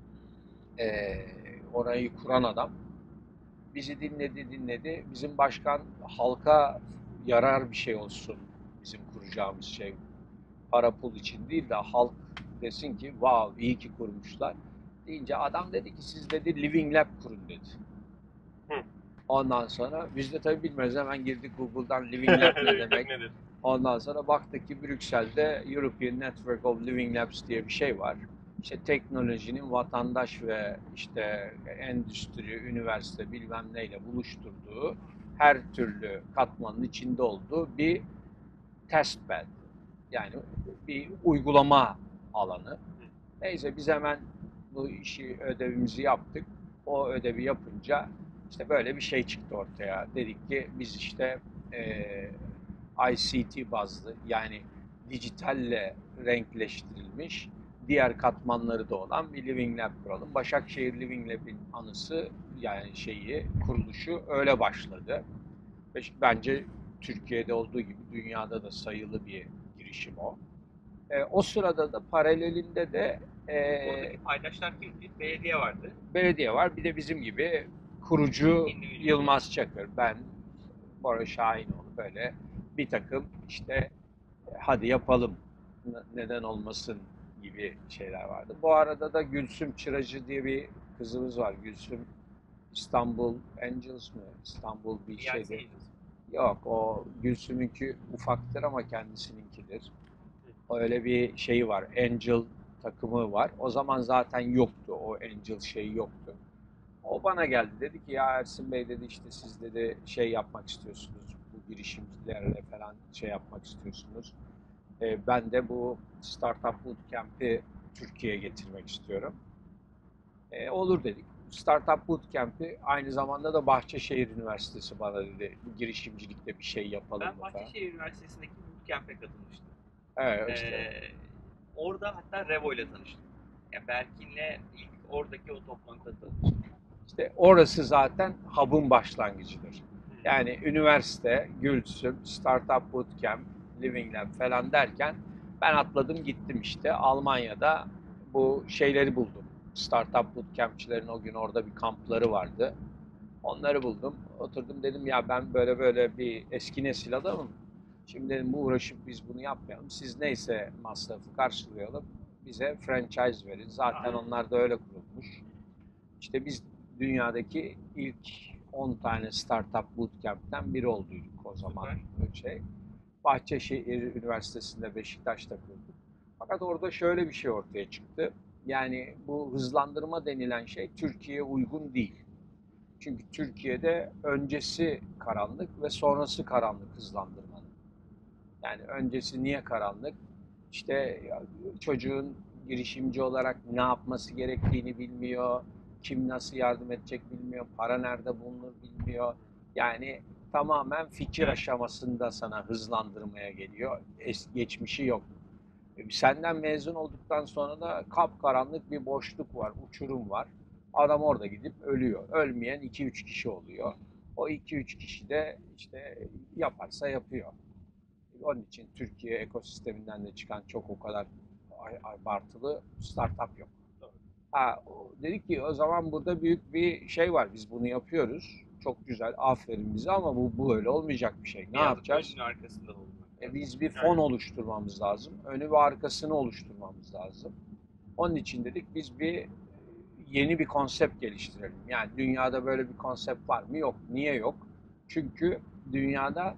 orayı kuran adam bizi dinledi. Bizim başkan halka yarar bir şey olsun bizim kuracağımız şey. Para pul için değil de halk desin ki wow iyi ki kurmuşlar. Deyince adam dedi ki siz dedi Living Lab kurun dedi. Ondan sonra biz de tabii bilmiyoruz hemen girdik Google'dan Living Lab ne demek. Ondan sonra baktık ki Brüksel'de European Network of Living Labs diye bir şey var. İşte teknolojinin vatandaş ve işte endüstri, üniversite bilmem neyle buluşturduğu her türlü katmanın içinde olduğu bir test bed. Yani bir uygulama alanı. Neyse biz hemen bu ödevimizi yaptık. O ödevi yapınca işte böyle bir şey çıktı ortaya. Dedik ki biz işte ICT bazlı yani dijitalle renkleştirilmiş diğer katmanları da olan bir Living Lab kuralım. Başakşehir Living Lab'in anısı yani kuruluşu öyle başladı. Ve bence Türkiye'de olduğu gibi dünyada da sayılı bir girişim o. O sırada da paralelinde de Oradaki paydaşlar kimdi? Belediye vardı. Belediye var. Bir de bizim gibi kurucu Yılmaz Çakır, ben, Bora Şahinoğlu böyle bir takım işte hadi yapalım neden olmasın gibi şeyler vardı. Bu arada da Gülsüm Çıracı diye bir kızımız var. Gülsüm İstanbul Angels mı? İstanbul bir şeydi. Yok o Gülsüm'ünki ufaktır ama kendisininkidir. Öyle bir şeyi var. Angel takımı var. O zaman zaten yoktu. O Angel şeyi yoktu. O bana geldi. Dedi ki ya Ersin Bey dedi işte siz dedi şey yapmak istiyorsunuz. Bu girişimcilerle falan şey yapmak istiyorsunuz. Ben de bu Startup Bootcamp'i Türkiye'ye getirmek istiyorum. Olur dedik. Startup Bootcamp'i aynı zamanda da Bahçeşehir Üniversitesi bana dedi. Bu girişimcilikte bir şey yapalım mı falan. Ben Bahçeşehir Üniversitesi'ndeki Bootcamp'e katılmıştım. Evet işte. Orada hatta Revo ile tanıştım. Yani Berkin'le ilk oradaki o toplantıda tanıştım. İşte orası zaten hub'un başlangıcıdır. Yani üniversite, Gülsüm, Startup Bootcamp, Living Lab falan derken ben atladım gittim işte Almanya'da bu şeyleri buldum. Startup Bootcamp'çilerin o gün orada bir kampları vardı. Onları buldum. Oturdum dedim ya ben böyle bir eski nesil adamım. Şimdi dedim bu uğraşıp biz bunu yapmayalım. Siz neyse masrafı karşılayalım. Bize franchise verin. Zaten onlar da öyle kurulmuş. İşte biz dünyadaki ilk 10 tane startup bootcamp'ten biri olduyduk o zaman. Bahçeşehir Üniversitesi'nde Beşiktaş'ta kurduk. Fakat orada şöyle bir şey ortaya çıktı. Yani bu hızlandırma denilen şey Türkiye'ye uygun değil. Çünkü Türkiye'de öncesi karanlık ve sonrası karanlık hızlandırmanın. Yani öncesi niye karanlık? İşte çocuğun girişimci olarak ne yapması gerektiğini bilmiyor, kim nasıl yardım edecek bilmiyor, para nerede bulunur bilmiyor. Yani tamamen fikir aşamasında sana hızlandırmaya geliyor. Geçmişi yok. Senden mezun olduktan sonra da kapkaranlık bir boşluk var, uçurum var. Adam orada gidip ölüyor. Ölmeyen 2-3 kişi oluyor. O 2-3 kişi de işte yaparsa yapıyor. Onun için Türkiye ekosisteminden de çıkan çok o kadar abartılı startup yok. Ha, dedik ki o zaman burada büyük bir şey var. Biz bunu yapıyoruz. Çok güzel, aferin bize ama bu böyle olmayacak bir şey. Ne Biraz yapacağız? önünün arkasında olmak. Biz bir fon oluşturmamız lazım. Önü ve arkasını oluşturmamız lazım. Onun için dedik biz yeni bir konsept geliştirelim. Yani dünyada böyle bir konsept var mı? Yok. Niye yok? Çünkü dünyada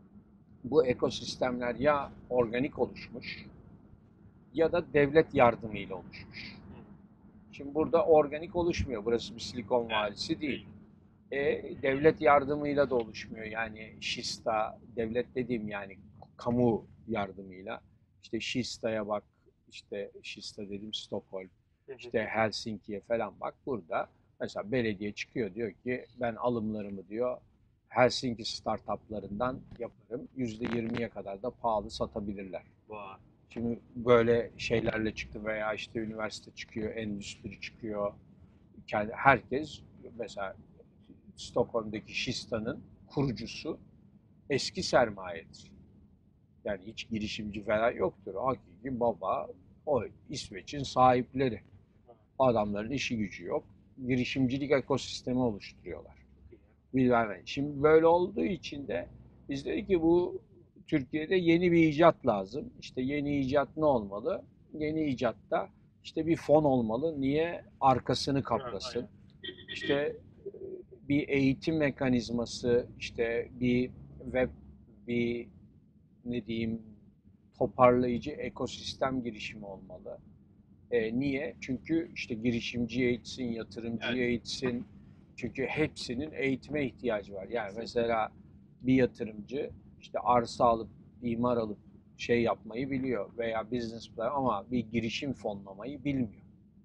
bu ekosistemler ya organik oluşmuş ya da devlet yardımıyla oluşmuş. Şimdi burada organik oluşmuyor. Burası bir Silikon Vadisi değil. Devlet yardımıyla da oluşmuyor. Yani Şista, devlet dediğim yani kamu yardımıyla. İşte Şista'ya bak, işte Şista dediğim Stockholm, işte Helsinki'ye falan bak. Burada mesela belediye çıkıyor diyor ki ben alımlarımı diyor Helsinki startuplarından yaparım. %20'ye kadar da pahalı satabilirler. Vay. Şimdi böyle şeylerle çıktı veya işte üniversite çıkıyor, endüstri çıkıyor. Yani herkes mesela Stockholm'daki Şista'nın kurucusu eski sermayedir. Yani hiç girişimci falan yoktur. Hakiki baba o İsveç'in sahipleri. Adamların işi gücü yok. Girişimcilik ekosistemi oluşturuyorlar. Bilmem. Şimdi böyle olduğu için de biz dedik ki bu Türkiye'de yeni bir icat lazım. İşte yeni icat ne olmalı? Yeni icatta işte bir fon olmalı. Niye? Arkasını kaplasın. İşte bir eğitim mekanizması, işte bir web, bir ne diyeyim toparlayıcı ekosistem girişimi olmalı. Niye? Çünkü işte girişimci eğitsin, yatırımcı eğitsin. Çünkü hepsinin eğitime ihtiyacı var. Yani mesela bir yatırımcı işte arsa alıp, imar alıp şey yapmayı biliyor veya business plan ama bir girişim fonlamayı bilmiyor.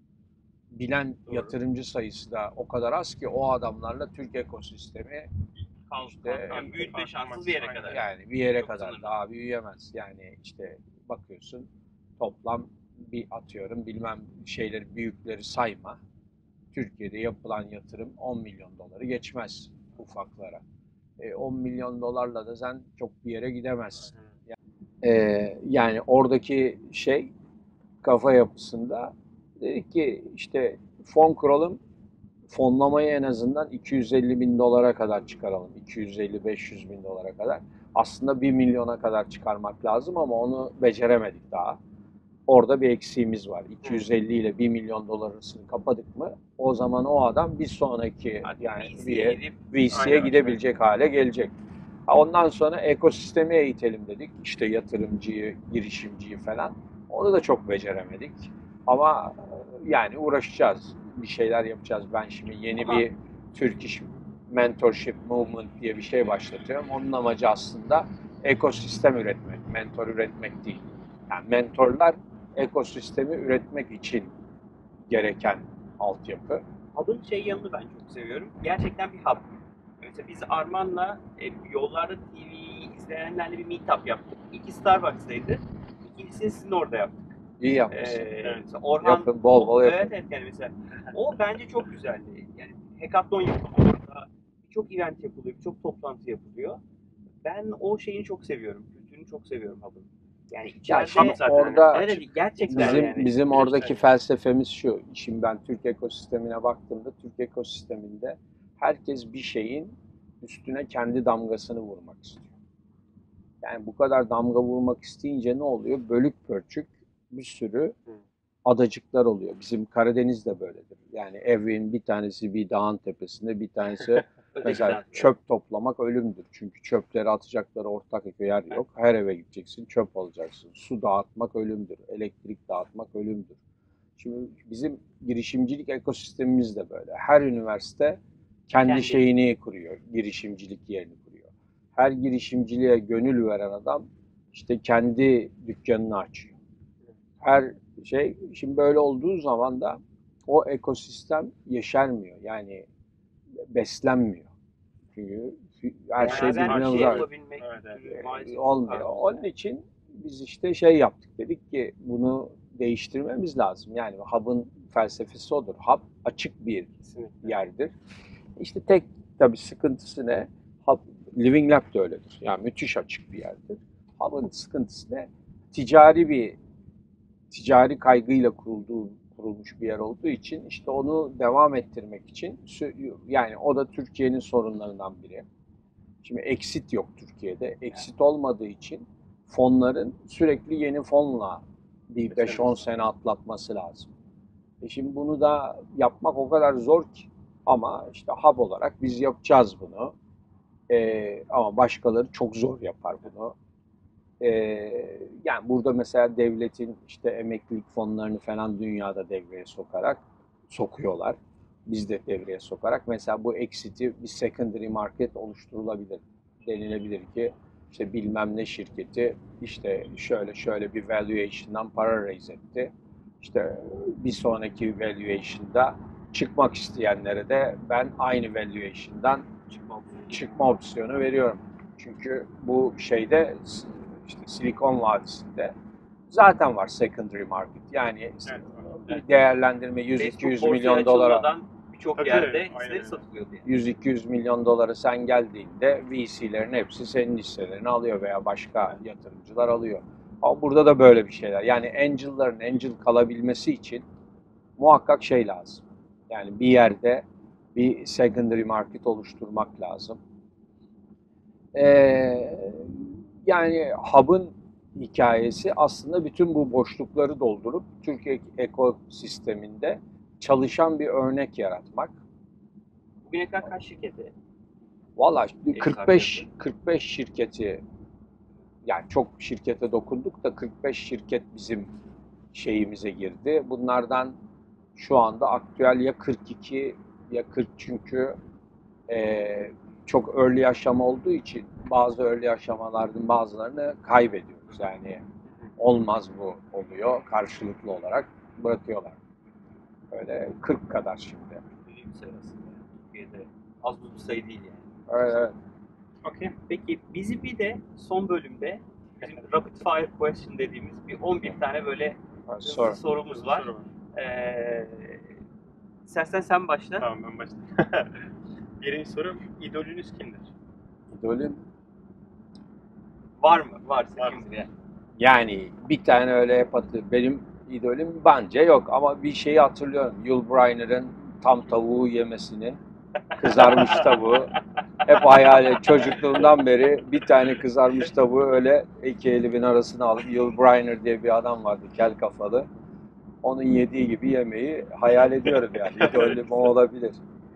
Bilen yatırımcı sayısı da o kadar az ki o adamlarla Türk ekosistemi işte Yani büyütme şanssız bir yere kadar. yani bir yere Çok kadar sınırlı. daha büyüyemez. Yani işte bakıyorsun toplam bir atıyorum bilmem şeyleri büyükleri sayma. Türkiye'de yapılan yatırım 10 milyon doları geçmez ufaklara. 10 milyon dolarla da sen çok bir yere gidemezsin. Yani oradaki şey kafa yapısında dedik ki işte fon kuralım, fonlamayı en azından 250 bin dolara kadar çıkaralım. 250-500 bin dolara kadar. Aslında 1 milyona kadar çıkarmak lazım ama onu beceremedik daha. Orada bir eksiğimiz var. 250 ile 1 milyon dolar arasını kapadık mı o zaman o adam bir sonraki yani VC'ye gidebilecek hale gelecek. Ondan sonra ekosistemi eğitelim dedik. İşte yatırımcıyı, girişimciyi falan. Onu da çok beceremedik. Ama yani uğraşacağız. Bir şeyler yapacağız. Ben şimdi yeni bir Turkish Mentorship Movement diye bir şey başlatıyorum. Onun amacı aslında ekosistem üretmek, mentor üretmek değil. Yani mentorlar ekosistemi üretmek için gereken altyapı. Hub'ın yanını ben çok seviyorum. Gerçekten bir hub. Mesela biz Arman'la Yollarda TV'yi izleyenlerle bir meetup yaptık. İki Starbucks'taydı. İkincisini sizin orada yaptık. İyi yapmışsın. Mesela Orhan, Yapın, bol bol yapın. evet yani mesela o bence çok güzeldi. Yani hackathon yapılıyor orada. Birçok event yapılıyor, birçok toplantı yapılıyor. Ben o şeyini çok seviyorum. Kültürünü çok seviyorum Hub'ın. Yani içeride şimdi orada evet, gerçekten bizim oradaki felsefemiz şu. Şimdi ben Türk ekosistemine baktığımda Türk ekosisteminde herkes bir şeyin üstüne kendi damgasını vurmak istiyor. Yani bu kadar damga vurmak isteyince ne oluyor? Bölük pörçük bir sürü adacıklar oluyor. Bizim Karadeniz de böyledir. Yani evin bir tanesi bir dağın tepesinde, bir tanesi mesela çöp toplamak ölümdür. Çünkü çöpleri atacakları ortak yer yok. Her eve gideceksin, çöp alacaksın. Su dağıtmak ölümdür. Elektrik dağıtmak ölümdür. Şimdi bizim girişimcilik ekosistemimiz de böyle. Her üniversite kendi şeyini kuruyor. Girişimcilik yerini kuruyor. Her girişimciliğe gönül veren adam işte kendi dükkanını açıyor. Her şey şimdi böyle olduğu zaman da o ekosistem yeşermiyor. Yani beslenmiyor. Çünkü her şey birbirine uzak. Olmuyor. Onun için biz işte şey yaptık, dedik ki bunu değiştirmemiz lazım. Yani Hub'ın felsefesi odur. Hub açık bir Kesinlikle. yerdir. İşte tek tabii sıkıntısı ne? Hub, Living Lab da öyledir. Yani müthiş açık bir yerdir. Hub'ın sıkıntısı ne? Ticari kaygıyla kurulmuş bir yer olduğu için işte onu devam ettirmek için yani o da Türkiye'nin sorunlarından biri. Şimdi exit yok Türkiye'de. Exit olmadığı için fonların sürekli yeni fonla bir 5-10 sene atlatması lazım. Şimdi bunu da yapmak o kadar zor ki. Ama işte hub olarak biz yapacağız bunu. Ama başkaları çok zor yapar bunu. Yani burada mesela devletin işte emeklilik fonlarını falan dünyada devreye sokuyorlar. Biz de devreye sokarak mesela bu exit'i bir secondary market oluşturulabilir. Denilebilir ki işte bilmem ne şirketi işte şöyle bir valuation'dan para raise etti. İşte bir sonraki valuation'da çıkmak isteyenlere de ben aynı valuation'dan çıkma opsiyonu veriyorum. Çünkü bu şeyde işte Silikon Vadisi'nde zaten var secondary market. Yani Evet. değerlendirme Facebook 100-200 borsaya milyon dolara açılmadan birçok Tabii, yerde aynen hisseleri öyle. satılıyordu yani. 100-200 milyon dolara sen geldiğinde VC'lerin hepsi senin hisselerini alıyor veya başka yatırımcılar alıyor. Ama burada da böyle bir şeyler. Yani angel'ların angel kalabilmesi için muhakkak şey lazım. Yani bir yerde bir secondary market oluşturmak lazım. Yani Hub'ın hikayesi aslında bütün bu boşlukları doldurup Türkiye ekosisteminde çalışan bir örnek yaratmak. Bugüne kadar kaç şirkete? Valla Ev 45 şirketi, yani çok şirkete dokunduk da 45 şirket bizim şeyimize girdi. Bunlardan şu anda aktüel ya 42 ya 40, çünkü çok early aşama olduğu için bazı early aşamaların bazılarını kaybediyoruz. Yani olmaz bu oluyor, karşılıklı olarak bırakıyorlar. Öyle 40 kadar şimdi. Büyük bir sayı aslında. Türkiye'de az buz bir sayı değil yani. Evet. Okey. Peki bizi bir de son bölümde bizim rapid fire question dediğimiz bir 11 tane böyle Sor. hızlı sorumuz var. Soru var. İstersen sen başla. Tamam, ben başlayayım. Birinci soru, idolünüz kimdir? İdolüm. Var mı? Varsa Var. kimdir yani? Yani bir tane öyle hep hatırlıyorum. Benim idolüm bence yok ama bir şeyi hatırlıyorum. Yul Brynner'ın tam tavuğu yemesini, kızarmış tavuğu. Hep hayal çocukluğumdan beri bir tane kızarmış tavuğu öyle iki elimin arasına alıp, Yul Brynner diye bir adam vardı, kel kafalı. Onun yediği gibi yemeyi hayal ediyorum yani. İdolüm o olabilir.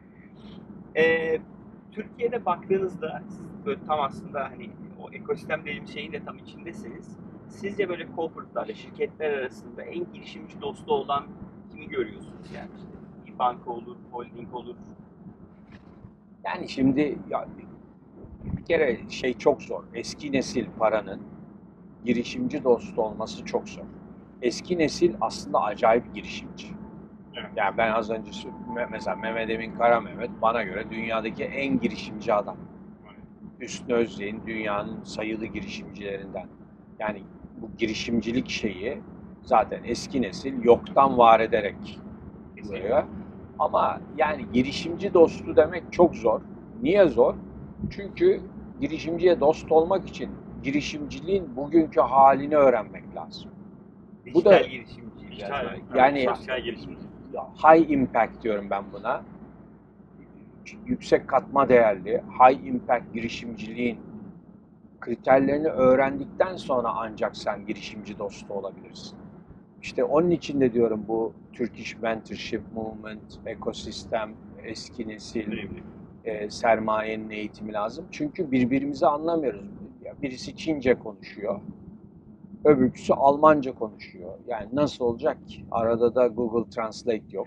Türkiye'de baktığınızda siz böyle tam aslında hani o ekosistem dediğim şeyin de tam içindesiniz. Sizce böyle corporate'larla şirketler arasında en girişimci dostu olan kimi görüyorsunuz yani? İşte bir banka olur, holding olur. Yani şimdi ya, bir kere şey çok zor. Eski nesil paranın girişimci dostu olması çok zor. Eski nesil aslında acayip girişimci. Evet. Yani ben az önce mesela Mehmet Emin Kara Mehmet bana göre dünyadaki en girişimci adam. Hüsnü Özyeğin dünyanın sayılı girişimcilerinden. Yani bu girişimcilik şeyi zaten eski nesil yoktan var ederek görüyor. Ama yani girişimci dostu demek çok zor. Niye zor? Çünkü girişimciye dost olmak için girişimciliğin bugünkü halini öğrenmek lazım. Bu da Dijital girişimci. Dijital, yani sosyal girişimci. high impact diyorum ben buna. Yüksek katma değerli, high impact girişimciliğin kriterlerini öğrendikten sonra ancak sen girişimci dostu olabilirsin. İşte onun için de diyorum bu Turkish Mentorship Movement, ekosistem, eski nesil, sermayenin eğitimi lazım. Çünkü birbirimizi anlamıyoruz. Birisi Çince konuşuyor, öbürküsü Almanca konuşuyor. Yani nasıl olacak ki? Arada da Google Translate yok.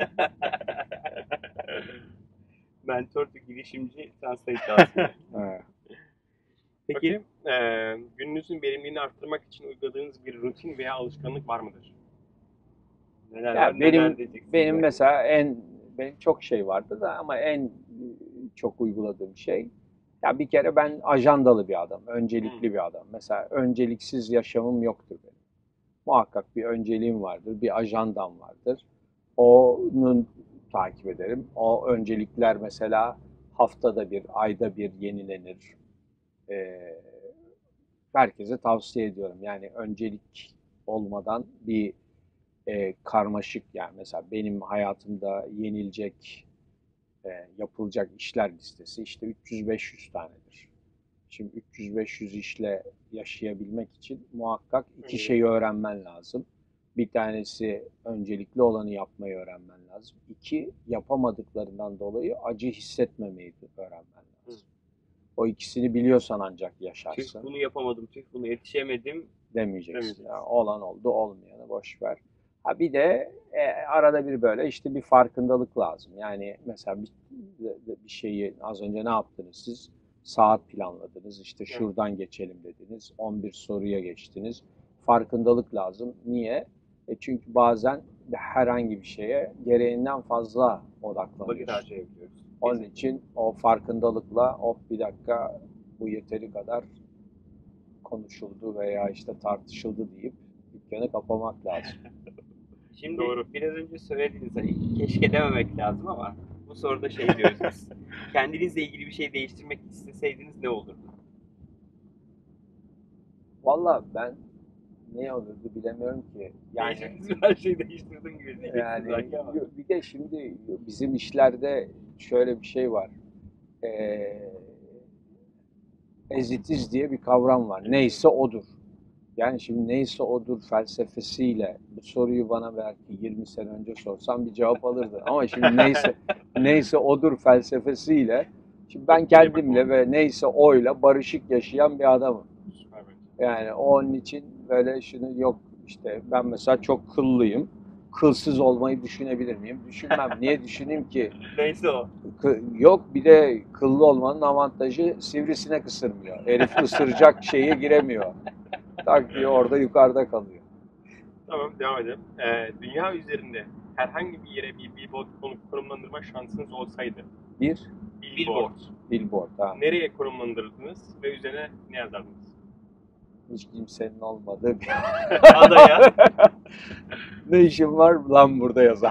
Mentor to girişimci translate aslında. Evet. Peki Gününüzün verimliliğini arttırmak için uyguladığınız bir rutin veya alışkanlık var mıdır? neler Ya var, neler diyeceksiniz benim böyle? mesela benim çok şey vardı da ama en çok uyguladığım şey Ya bir kere ben ajandalı bir adam, öncelikli bir adam. Mesela önceliksiz yaşamım yoktur benim. Muhakkak bir önceliğim vardır, bir ajandam vardır. Onu takip ederim. O öncelikler mesela haftada bir, ayda bir yenilenir. Ee, Herkese tavsiye ediyorum. Yani öncelik olmadan bir karmaşık, yani mesela benim hayatımda yenilecek, yapılacak işler listesi işte 300-500 tanedir. Şimdi 300-500 işle yaşayabilmek için muhakkak iki şeyi öğrenmen lazım. Bir tanesi öncelikli olanı yapmayı öğrenmen lazım. İki, yapamadıklarından dolayı acı hissetmemeyi öğrenmen lazım. O ikisini biliyorsan ancak Tüh yaşarsın. bunu yapamadım, tüh bunu yetişemedim. Demeyeceksin. Yani olan oldu, olmayanı boş ver. Ha bir de arada bir böyle işte bir farkındalık lazım. Yani mesela bir şeyi az önce ne yaptınız siz? Saat planladınız. İşte şuradan geçelim dediniz. 11 soruya geçtiniz. Farkındalık lazım. Niye? Çünkü bazen herhangi bir şeye gereğinden fazla Vakit odaklanıyoruz. harcayabiliyoruz. Onun için o farkındalıkla bir dakika bu yeteri kadar konuşuldu veya işte tartışıldı deyip dükkanı kapamak lazım. Şimdi Doğru. biraz önce söylediğiniz hani keşke dememek lazım ama bu soruda şey diyoruz biz. Kendinizle ilgili bir şey değiştirmek isteseydiniz ne olurdu? Valla ben ne olurdu bilemiyorum ki. Yani Değiştirdiniz mi? Her şeyi değiştirdim gibi diyeceksiniz yani belki ama. bir de şimdi bizim işlerde şöyle bir şey var. As it is diye bir kavram var. Neyse odur. Yani şimdi neyse odur felsefesiyle bu soruyu bana belki 20 sene önce sorsam bir cevap alırdın. Ama şimdi neyse odur felsefesiyle şimdi ben kendimle ve neyse oyla barışık yaşayan bir adamım. Süper bence. Yani onun için böyle şunu yok işte ben mesela çok kıllıyım. Kılsız olmayı düşünebilir miyim? Düşünmem. Niye düşüneyim ki? Neyse o. Yok bir de kıllı olmanın avantajı sivrisinek ısırmıyor. Herif ısıracak şeye giremiyor. Tak diye orada yukarıda kalıyor. Tamam, devam edelim. Dünya üzerinde herhangi bir yere bir billboard konumlandırma şansınız olsaydı, Bir billboard, billboard ha. nereye konumlandırdınız ve üzerine ne yazardınız? Hiç kimsenin olmadığı bir Adaya. ne işin var lan burada yazar.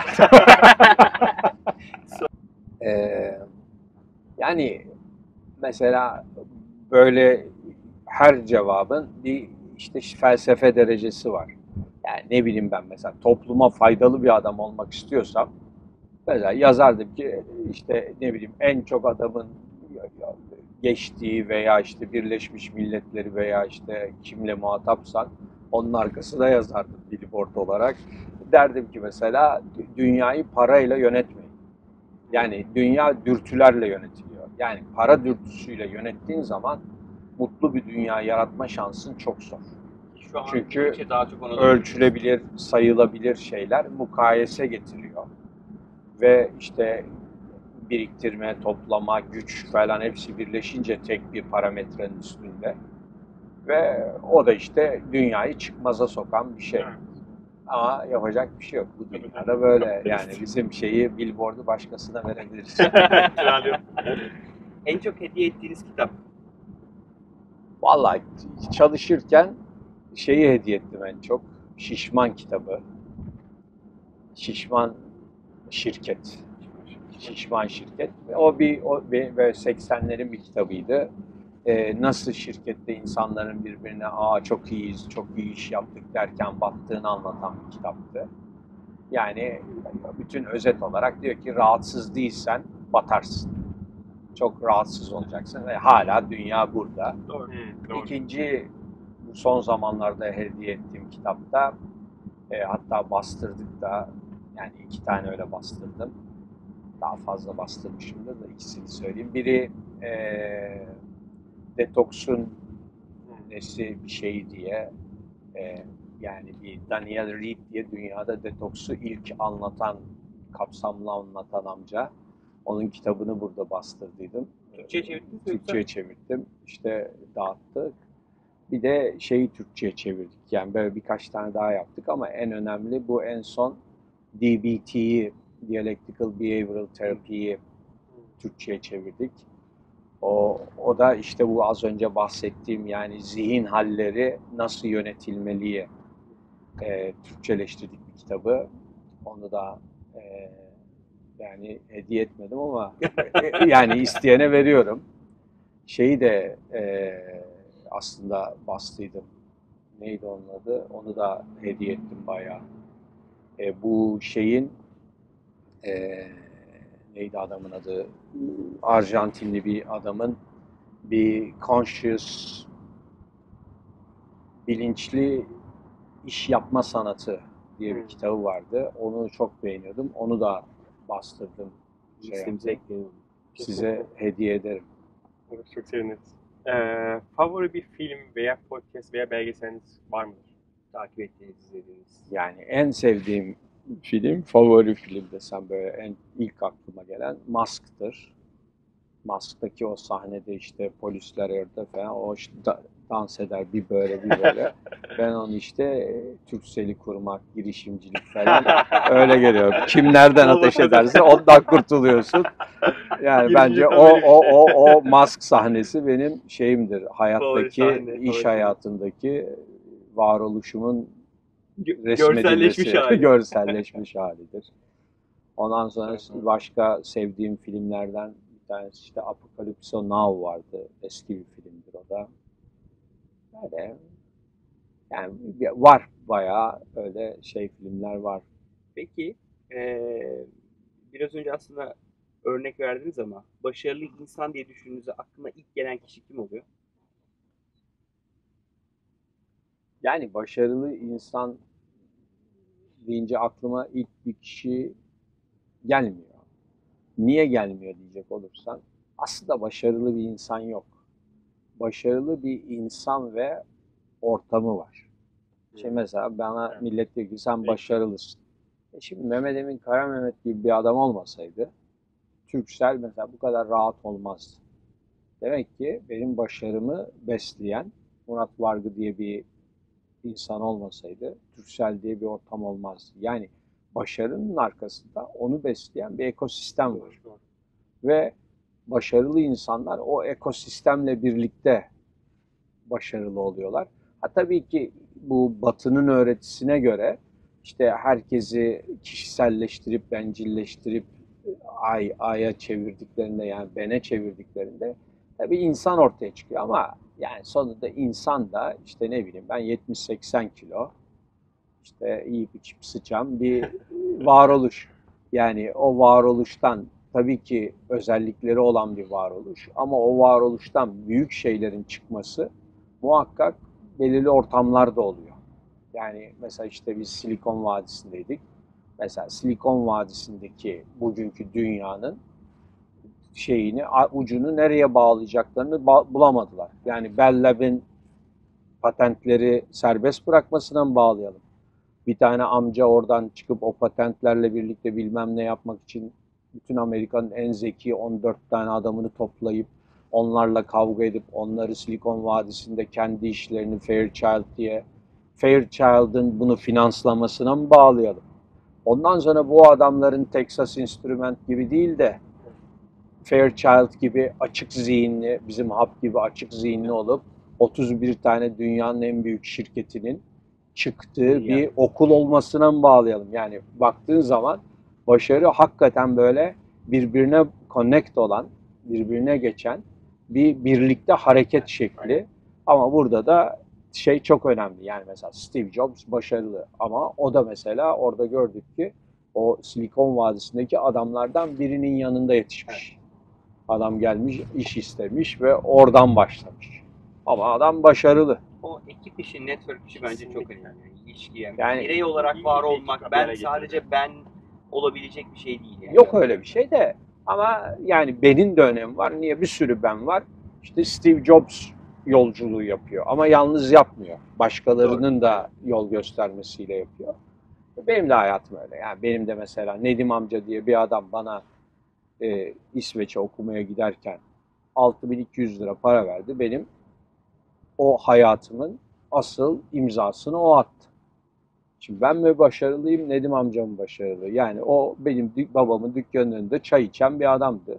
Yani mesela böyle her cevabın bir işte felsefe derecesi var. Yani ne bileyim ben mesela topluma faydalı bir adam olmak istiyorsam mesela yazardım ki işte ne bileyim en çok adamın geçtiği veya işte Birleşmiş Milletleri veya işte kimle muhatapsan onun arkasına yazardım billboard olarak. Derdim ki mesela dünyayı parayla yönetmeyin. Yani dünya dürtülerle yönetiliyor. Yani para dürtüsüyle yönettiğin zaman mutlu bir dünya yaratma şansın çok zor. Şu an Çünkü daha çok ona ölçülebilir, sayılabilir şeyler mukayese getiriyor. Ve işte biriktirme, toplama, güç falan hepsi birleşince tek bir parametrenin üstünde. Ve o da işte dünyayı çıkmaza sokan bir şey. Evet. Ama yapacak bir şey yok. Bu dünyada böyle. Yani bizim şeyi, billboard'u başkasına verebiliriz. En çok hediye ettiğiniz kitap. Vallahi çalışırken şeyi hediye ettim en çok. Şişman kitabı. Şişman şirket. Şişman şirket. O böyle 80'lerin bir kitabıydı. Nasıl şirkette insanların birbirine çok iyiyiz, çok iyi iş yaptık derken battığını anlatan bir kitaptı. Yani bütün özet olarak diyor ki rahatsız değilsen batarsın. Çok rahatsız olacaksın ve hala dünya burada. Doğru. Doğru. İkinci son zamanlarda hediye ettiğim kitapta hatta bastırdık da yani 2 tane öyle bastırdım. Daha fazla bastırmışımdır da ikisini söyleyeyim. Biri detoksun nesi bir şey diye yani bir Daniel Reed diye dünyada detoksu ilk anlatan, kapsamlı anlatan amca. Onun kitabını burada bastırdıydım. Türkçe'ye çevirdiniz mi? Türkçe'ye çevirdim. İşte dağıttık. Bir de şeyi Türkçe'ye çevirdik. Yani böyle birkaç tane daha yaptık ama en önemli bu en son DBT'yi, Dialectical Behavioral Therapy'yi Türkçe'ye çevirdik. O da işte bu az önce bahsettiğim yani zihin halleri nasıl yönetilmeliye Türkçeleştirdik bir kitabı. Onu da e, yani hediye etmedim ama yani isteyene veriyorum. Şeyi de aslında bastıydım. Neydi onun adı? Onu da hediye ettim bayağı. Bu şeyin e, neydi adamın adı? Arjantinli bir adamın bir conscious, bilinçli iş yapma sanatı diye bir kitabı vardı. Onu çok beğeniyordum. Onu da bastırdım. Listemize ekleyelim. Size hediye ederim. Olur, çok seviniriz. Favori bir film veya podcast veya belgeseliniz var mıdır? Takip ettiğiniz, izlediğiniz. Yani en sevdiğim film, favori film desem böyle ilk aklıma gelen Mask'tır. Mask'taki o sahnede işte polisler orada falan o işte dans eder bir böyle bir böyle. Ben onu işte Turkcell'i kurmak, girişimcilik falan öyle geliyor. Kim nereden ateş ederse ondan kurtuluyorsun. Yani bence o Mask sahnesi benim şeyimdir. Hayattaki, iş hayatındaki varoluşumun Görselleşmiş hali. görselleşmiş halidir. Ondan sonra başka sevdiğim filmlerden bir tanesi işte Apocalypse Now vardı. Eski bir filmdir o da. Öyle yani var bayağı öyle filmler var. Peki, biraz önce aslında örnek verdiniz ama başarılı insan diye düşündüğünüzde aklına ilk gelen kişi kim oluyor? Yani başarılı insan deyince aklıma ilk bir kişi gelmiyor. Niye gelmiyor diyecek olursan aslında başarılı bir insan yok. Başarılı bir insan ve ortamı var. Şimdi mesela bana millet diyor ki sen başarılısın. Şimdi Mehmet Emin Kara Mehmet gibi bir adam olmasaydı Turkcell mesela bu kadar rahat olmazdı. Demek ki benim başarımı besleyen Murat Vargı diye bir insan olmasaydı Turkcell diye bir ortam olmazdı. Yani başarının arkasında onu besleyen bir ekosistem var. Ve başarılı insanlar o ekosistemle birlikte başarılı oluyorlar. Ha, tabii ki bu Batı'nın öğretisine göre işte herkesi kişiselleştirip, bencilleştirip A'ya çevirdiklerinde yani Ben'e çevirdiklerinde tabii insan ortaya çıkıyor ama yani sonunda insan da işte ne bileyim ben 70-80 kilo işte yiyip içip sıçan bir varoluş. Yani o varoluştan tabii ki özellikleri olan bir varoluş ama o varoluştan büyük şeylerin çıkması muhakkak belirli ortamlarda oluyor. Yani mesela işte biz Silikon Vadisi'ndeydik. Mesela Silikon Vadisi'ndeki bugünkü dünyanın ucunu nereye bağlayacaklarını bulamadılar. Yani Bell Lab'in patentleri serbest bırakmasına mı bağlayalım? Bir tane amca oradan çıkıp o patentlerle birlikte bilmem ne yapmak için bütün Amerika'nın en zeki 14 tane adamını toplayıp onlarla kavga edip onları Silikon Vadisi'nde kendi işlerini Fairchild'ın bunu finanslamasına mı bağlayalım? Ondan sonra bu adamların Texas Instrument gibi değil de Fairchild gibi açık zihinli, bizim Hub gibi açık zihinli olup 31 tane dünyanın en büyük şirketinin çıktığı bir okul olmasına mı bağlayalım? Yani baktığın zaman başarı hakikaten böyle birbirine connect olan, birbirine geçen bir birlikte hareket şekli. Ama burada da çok önemli. Yani mesela Steve Jobs başarılı ama o da mesela orada gördük ki o Silikon Vadisi'ndeki adamlardan birinin yanında yetişmiş. Adam gelmiş, iş istemiş ve oradan başlamış. Ama adam başarılı. O ekip işi, network işi bence çok önemli. Yani ilişki yani. Yani birey olarak var olmak, ben sadece ben olabilecek bir şey değil. Yani. Yok öyle bir şey de ama yani benim de önemi var. Niye? Bir sürü ben var. İşte Steve Jobs yolculuğu yapıyor ama yalnız yapmıyor. Başkalarının da yol göstermesiyle yapıyor. Benim de hayatım öyle. Yani benim de mesela Nedim amca diye bir adam bana İsveç'e okumaya giderken 6.200 lira para verdi. Benim o hayatımın asıl imzasını o attı. Şimdi ben mi başarılıyım, Nedim amcam başarılı. Yani o benim babamın dükkanının önünde çay içen bir adamdı.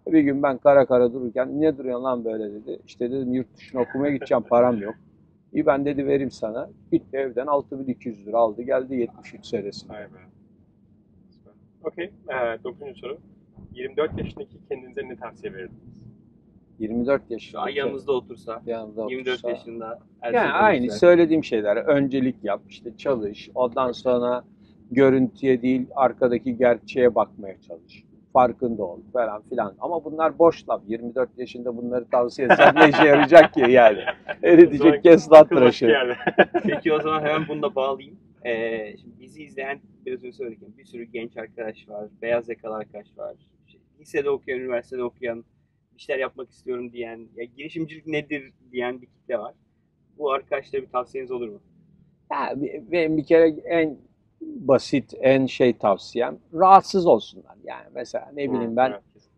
Bir gün ben kara kara dururken niye duruyorsun lan böyle dedi. İşte dedim yurt dışına okumaya gideceğim, param yok. İyi ben dedi vereyim sana. Gitti evden 6.200 lira aldı geldi 73 senesinde. Vay be. Süper. Okey. 9. soru. 24 yaşındaki kendinize ne tavsiye verirdiniz? 24 Şu an yaşında. yanımızda otursa, Yanında 24 otursa. yaşında Yani Ersin aynı Konukser. söylediğim şeyler. Öncelik yap, işte çalış. Ondan sonra görüntüye değil arkadaki gerçeğe bakmaya çalış. Farkında ol falan filan. Ama bunlar boş laf. 24 yaşında bunları tavsiye etsem ne işe yarayacak ki yani? Eri diyecek kes lan Akıl başka tıraşı. yerde. Peki o zaman hemen bunu da bağlayayım. Şimdi bizi izleyen, biraz önce söyledim, bir sürü genç arkadaş var, beyaz yakalı arkadaş var. Lisede okuyan, üniversitede okuyan, bir şeyler yapmak istiyorum diyen, ya girişimcilik nedir diyen bir kitle var. Bu arkadaşlara bir tavsiyeniz olur mu? Ya, benim bir kere en basit, en şey tavsiyem rahatsız olsunlar. Yani mesela ne bileyim ben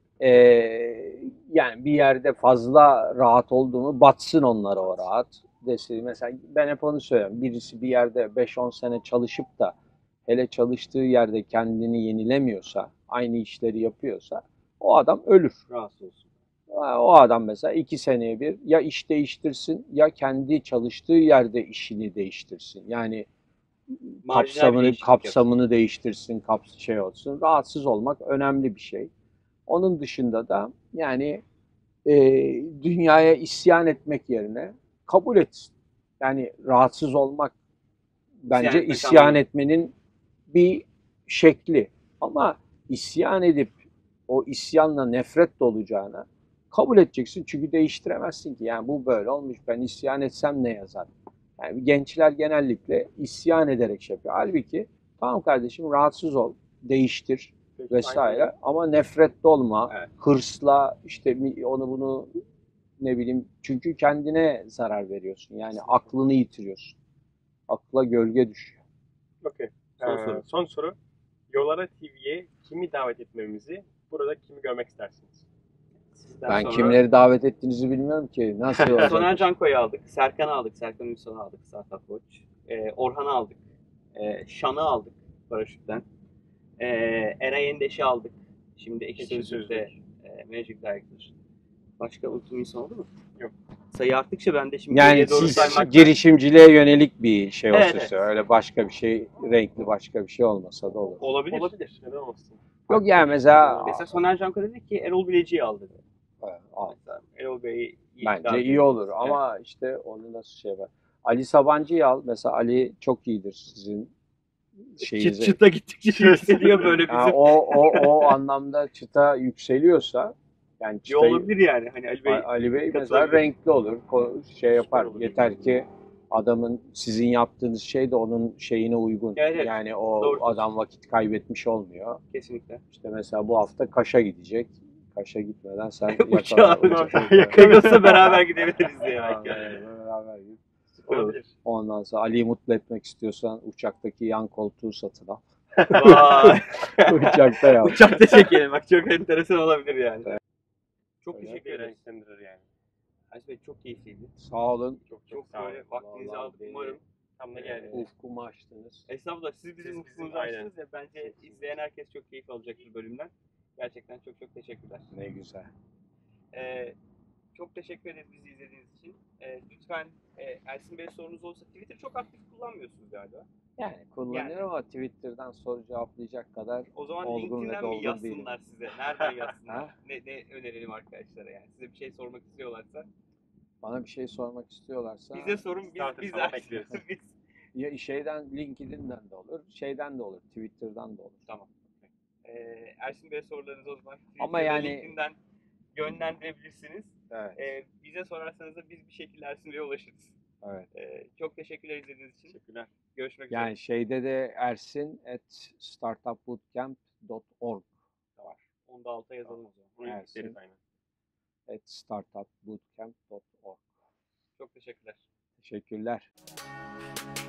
yani bir yerde fazla rahat olduğumu batsın onlara o rahat. Desin. Mesela ben hep onu söylüyorum. Birisi bir yerde 5-10 sene çalışıp da hele çalıştığı yerde kendini yenilemiyorsa, aynı işleri yapıyorsa o adam ölür. Rahatsız olsun. O adam mesela 2 seneye bir ya iş değiştirsin ya kendi çalıştığı yerde işini değiştirsin. Yani Marjinal bir değişiklik yapsın. kapsamını değiştirsin, şey olsun. Rahatsız olmak önemli bir şey. Onun dışında da yani e, dünyaya isyan etmek yerine kabul etsin. Yani rahatsız olmak bence etmek isyan anlamı. etmenin bir şekli. Ama isyan edip o isyanla nefret dolacağına kabul edeceksin. Çünkü değiştiremezsin ki. Yani bu böyle olmuş. Ben isyan etsem ne yazar? Yani gençler genellikle isyan ederek şey yapıyor. Halbuki tamam kardeşim rahatsız ol, değiştir vesaire. Ama nefretli olma, Evet. hırsla işte onu bunu ne bileyim çünkü kendine zarar veriyorsun. Yani aklını yitiriyorsun. Akla gölge düşüyor. Okey. Son soru. Son soru. Yollara TV'ye kimi davet etmemizi, burada kimi görmek istersiniz? Sizden Ben sonra kimleri davet ettiğinizi bilmiyorum ki. Nasıl olacak? Soner Canko'yu aldık, Serkan'ı aldık, Serkan Ünsal'ı aldık, Serkan Koç. Orhan'ı aldık, Şan'ı aldık paraşütten. Eray Endeş'i aldık. Şimdi Ekşi Ekşi Sözlük'te Managing Director. Başka unuttuğum insan oldu mu? Yok. Sayı arttıkça ben de şimdi Yani geriye doğru siz saymaktan... girişimciliğe yönelik bir şey Evet, olsa evet. öyle başka bir şey, renkli başka bir şey olmasa da olur. Olabilir. Olabilir. Neden olmasın? Yok yani mesela Mesela Soner Canko dedi ki Erol Bileci'yi al dedi. al. Mesela Erol Bey'i Bence iyi olur ama işte onu nasıl şey var. Ali Sabancı'yı al. Mesela Ali çok iyidir sizin şeyinize. Çıta gittikçe yükseliyor böyle bizim. Yani o anlamda çıta yükseliyorsa yani İyi çıtayı, olabilir yani. Hani Ali Bey Ali Bey mesela katılabilir. renkli olur, şey yapar. olur. Yeter ki adamın sizin yaptığınız şey de onun şeyine uygun. Evet. Yani o Doğru. adam vakit kaybetmiş olmuyor. Kesinlikle. İşte mesela bu hafta Kaş'a gidecek. Kaş'a gitmeden sen Uçağa Pegasus'a beraber gidebiliriz diye belki. Beraber git. Süper olur. Olabilir. Ondan sonra Ali'yi mutlu etmek istiyorsan uçaktaki yan koltuğu satın al. Vay. Uçakta yap. Uçakta çekelim. Bak çok enteresan olabilir yani. Çok Öyle. teşekkür ederiz. Renklendirir yani. Ersin Bey çok keyifliydi. Sağ olun. Çok sağ olun. böyle vaktinizi Vallahi aldık beni- umarım. Tam da geldi. Ufkumu açtınız. Estağfurullah siz bizim Siz ufkumuzu bizim- aynen. açtınız ya bence izleyen herkes çok keyif alacaktır bölümden. Gerçekten çok teşekkürler. Ne güzel. Çok teşekkür ederiz bizi izlediğiniz için. Lütfen Ersin Bey sorunuz olursa Twitter çok aktif kullanmıyorsunuz galiba. Yani kullanıyorum ama Twitter'dan soru cevaplayacak kadar O zaman olgun ve LinkedIn'den mi dolgun yazsınlar değilim. size? Nereden yazsınlar? ne önerelim arkadaşlara yani? Size bir şey sormak istiyorlarsa. Bana bir şey sormak istiyorlarsa Bize sorun biz Tamam, bekleriz. biz. ya şeyden LinkedIn'den de olur, şeyden de olur, Twitter'dan da olur. Tamam. Ersin Bey sorularınızı o zaman Ama Twitter'da, yani- LinkedIn'den yönlendirebilirsiniz. Evet. Bize sorarsanız da biz bir şekilde Ersin Bey'e ulaşırız. Evet. Çok teşekkürler izlediğiniz için. Teşekkürler. Görüşmek üzere. Yani şeyde de ersin@startupbootcamp.org var. Onu da alta yazalım o zaman. Burayı Ersin. bekleriz aynen. @startupbootcamp.org. Çok teşekkürler. Teşekkürler.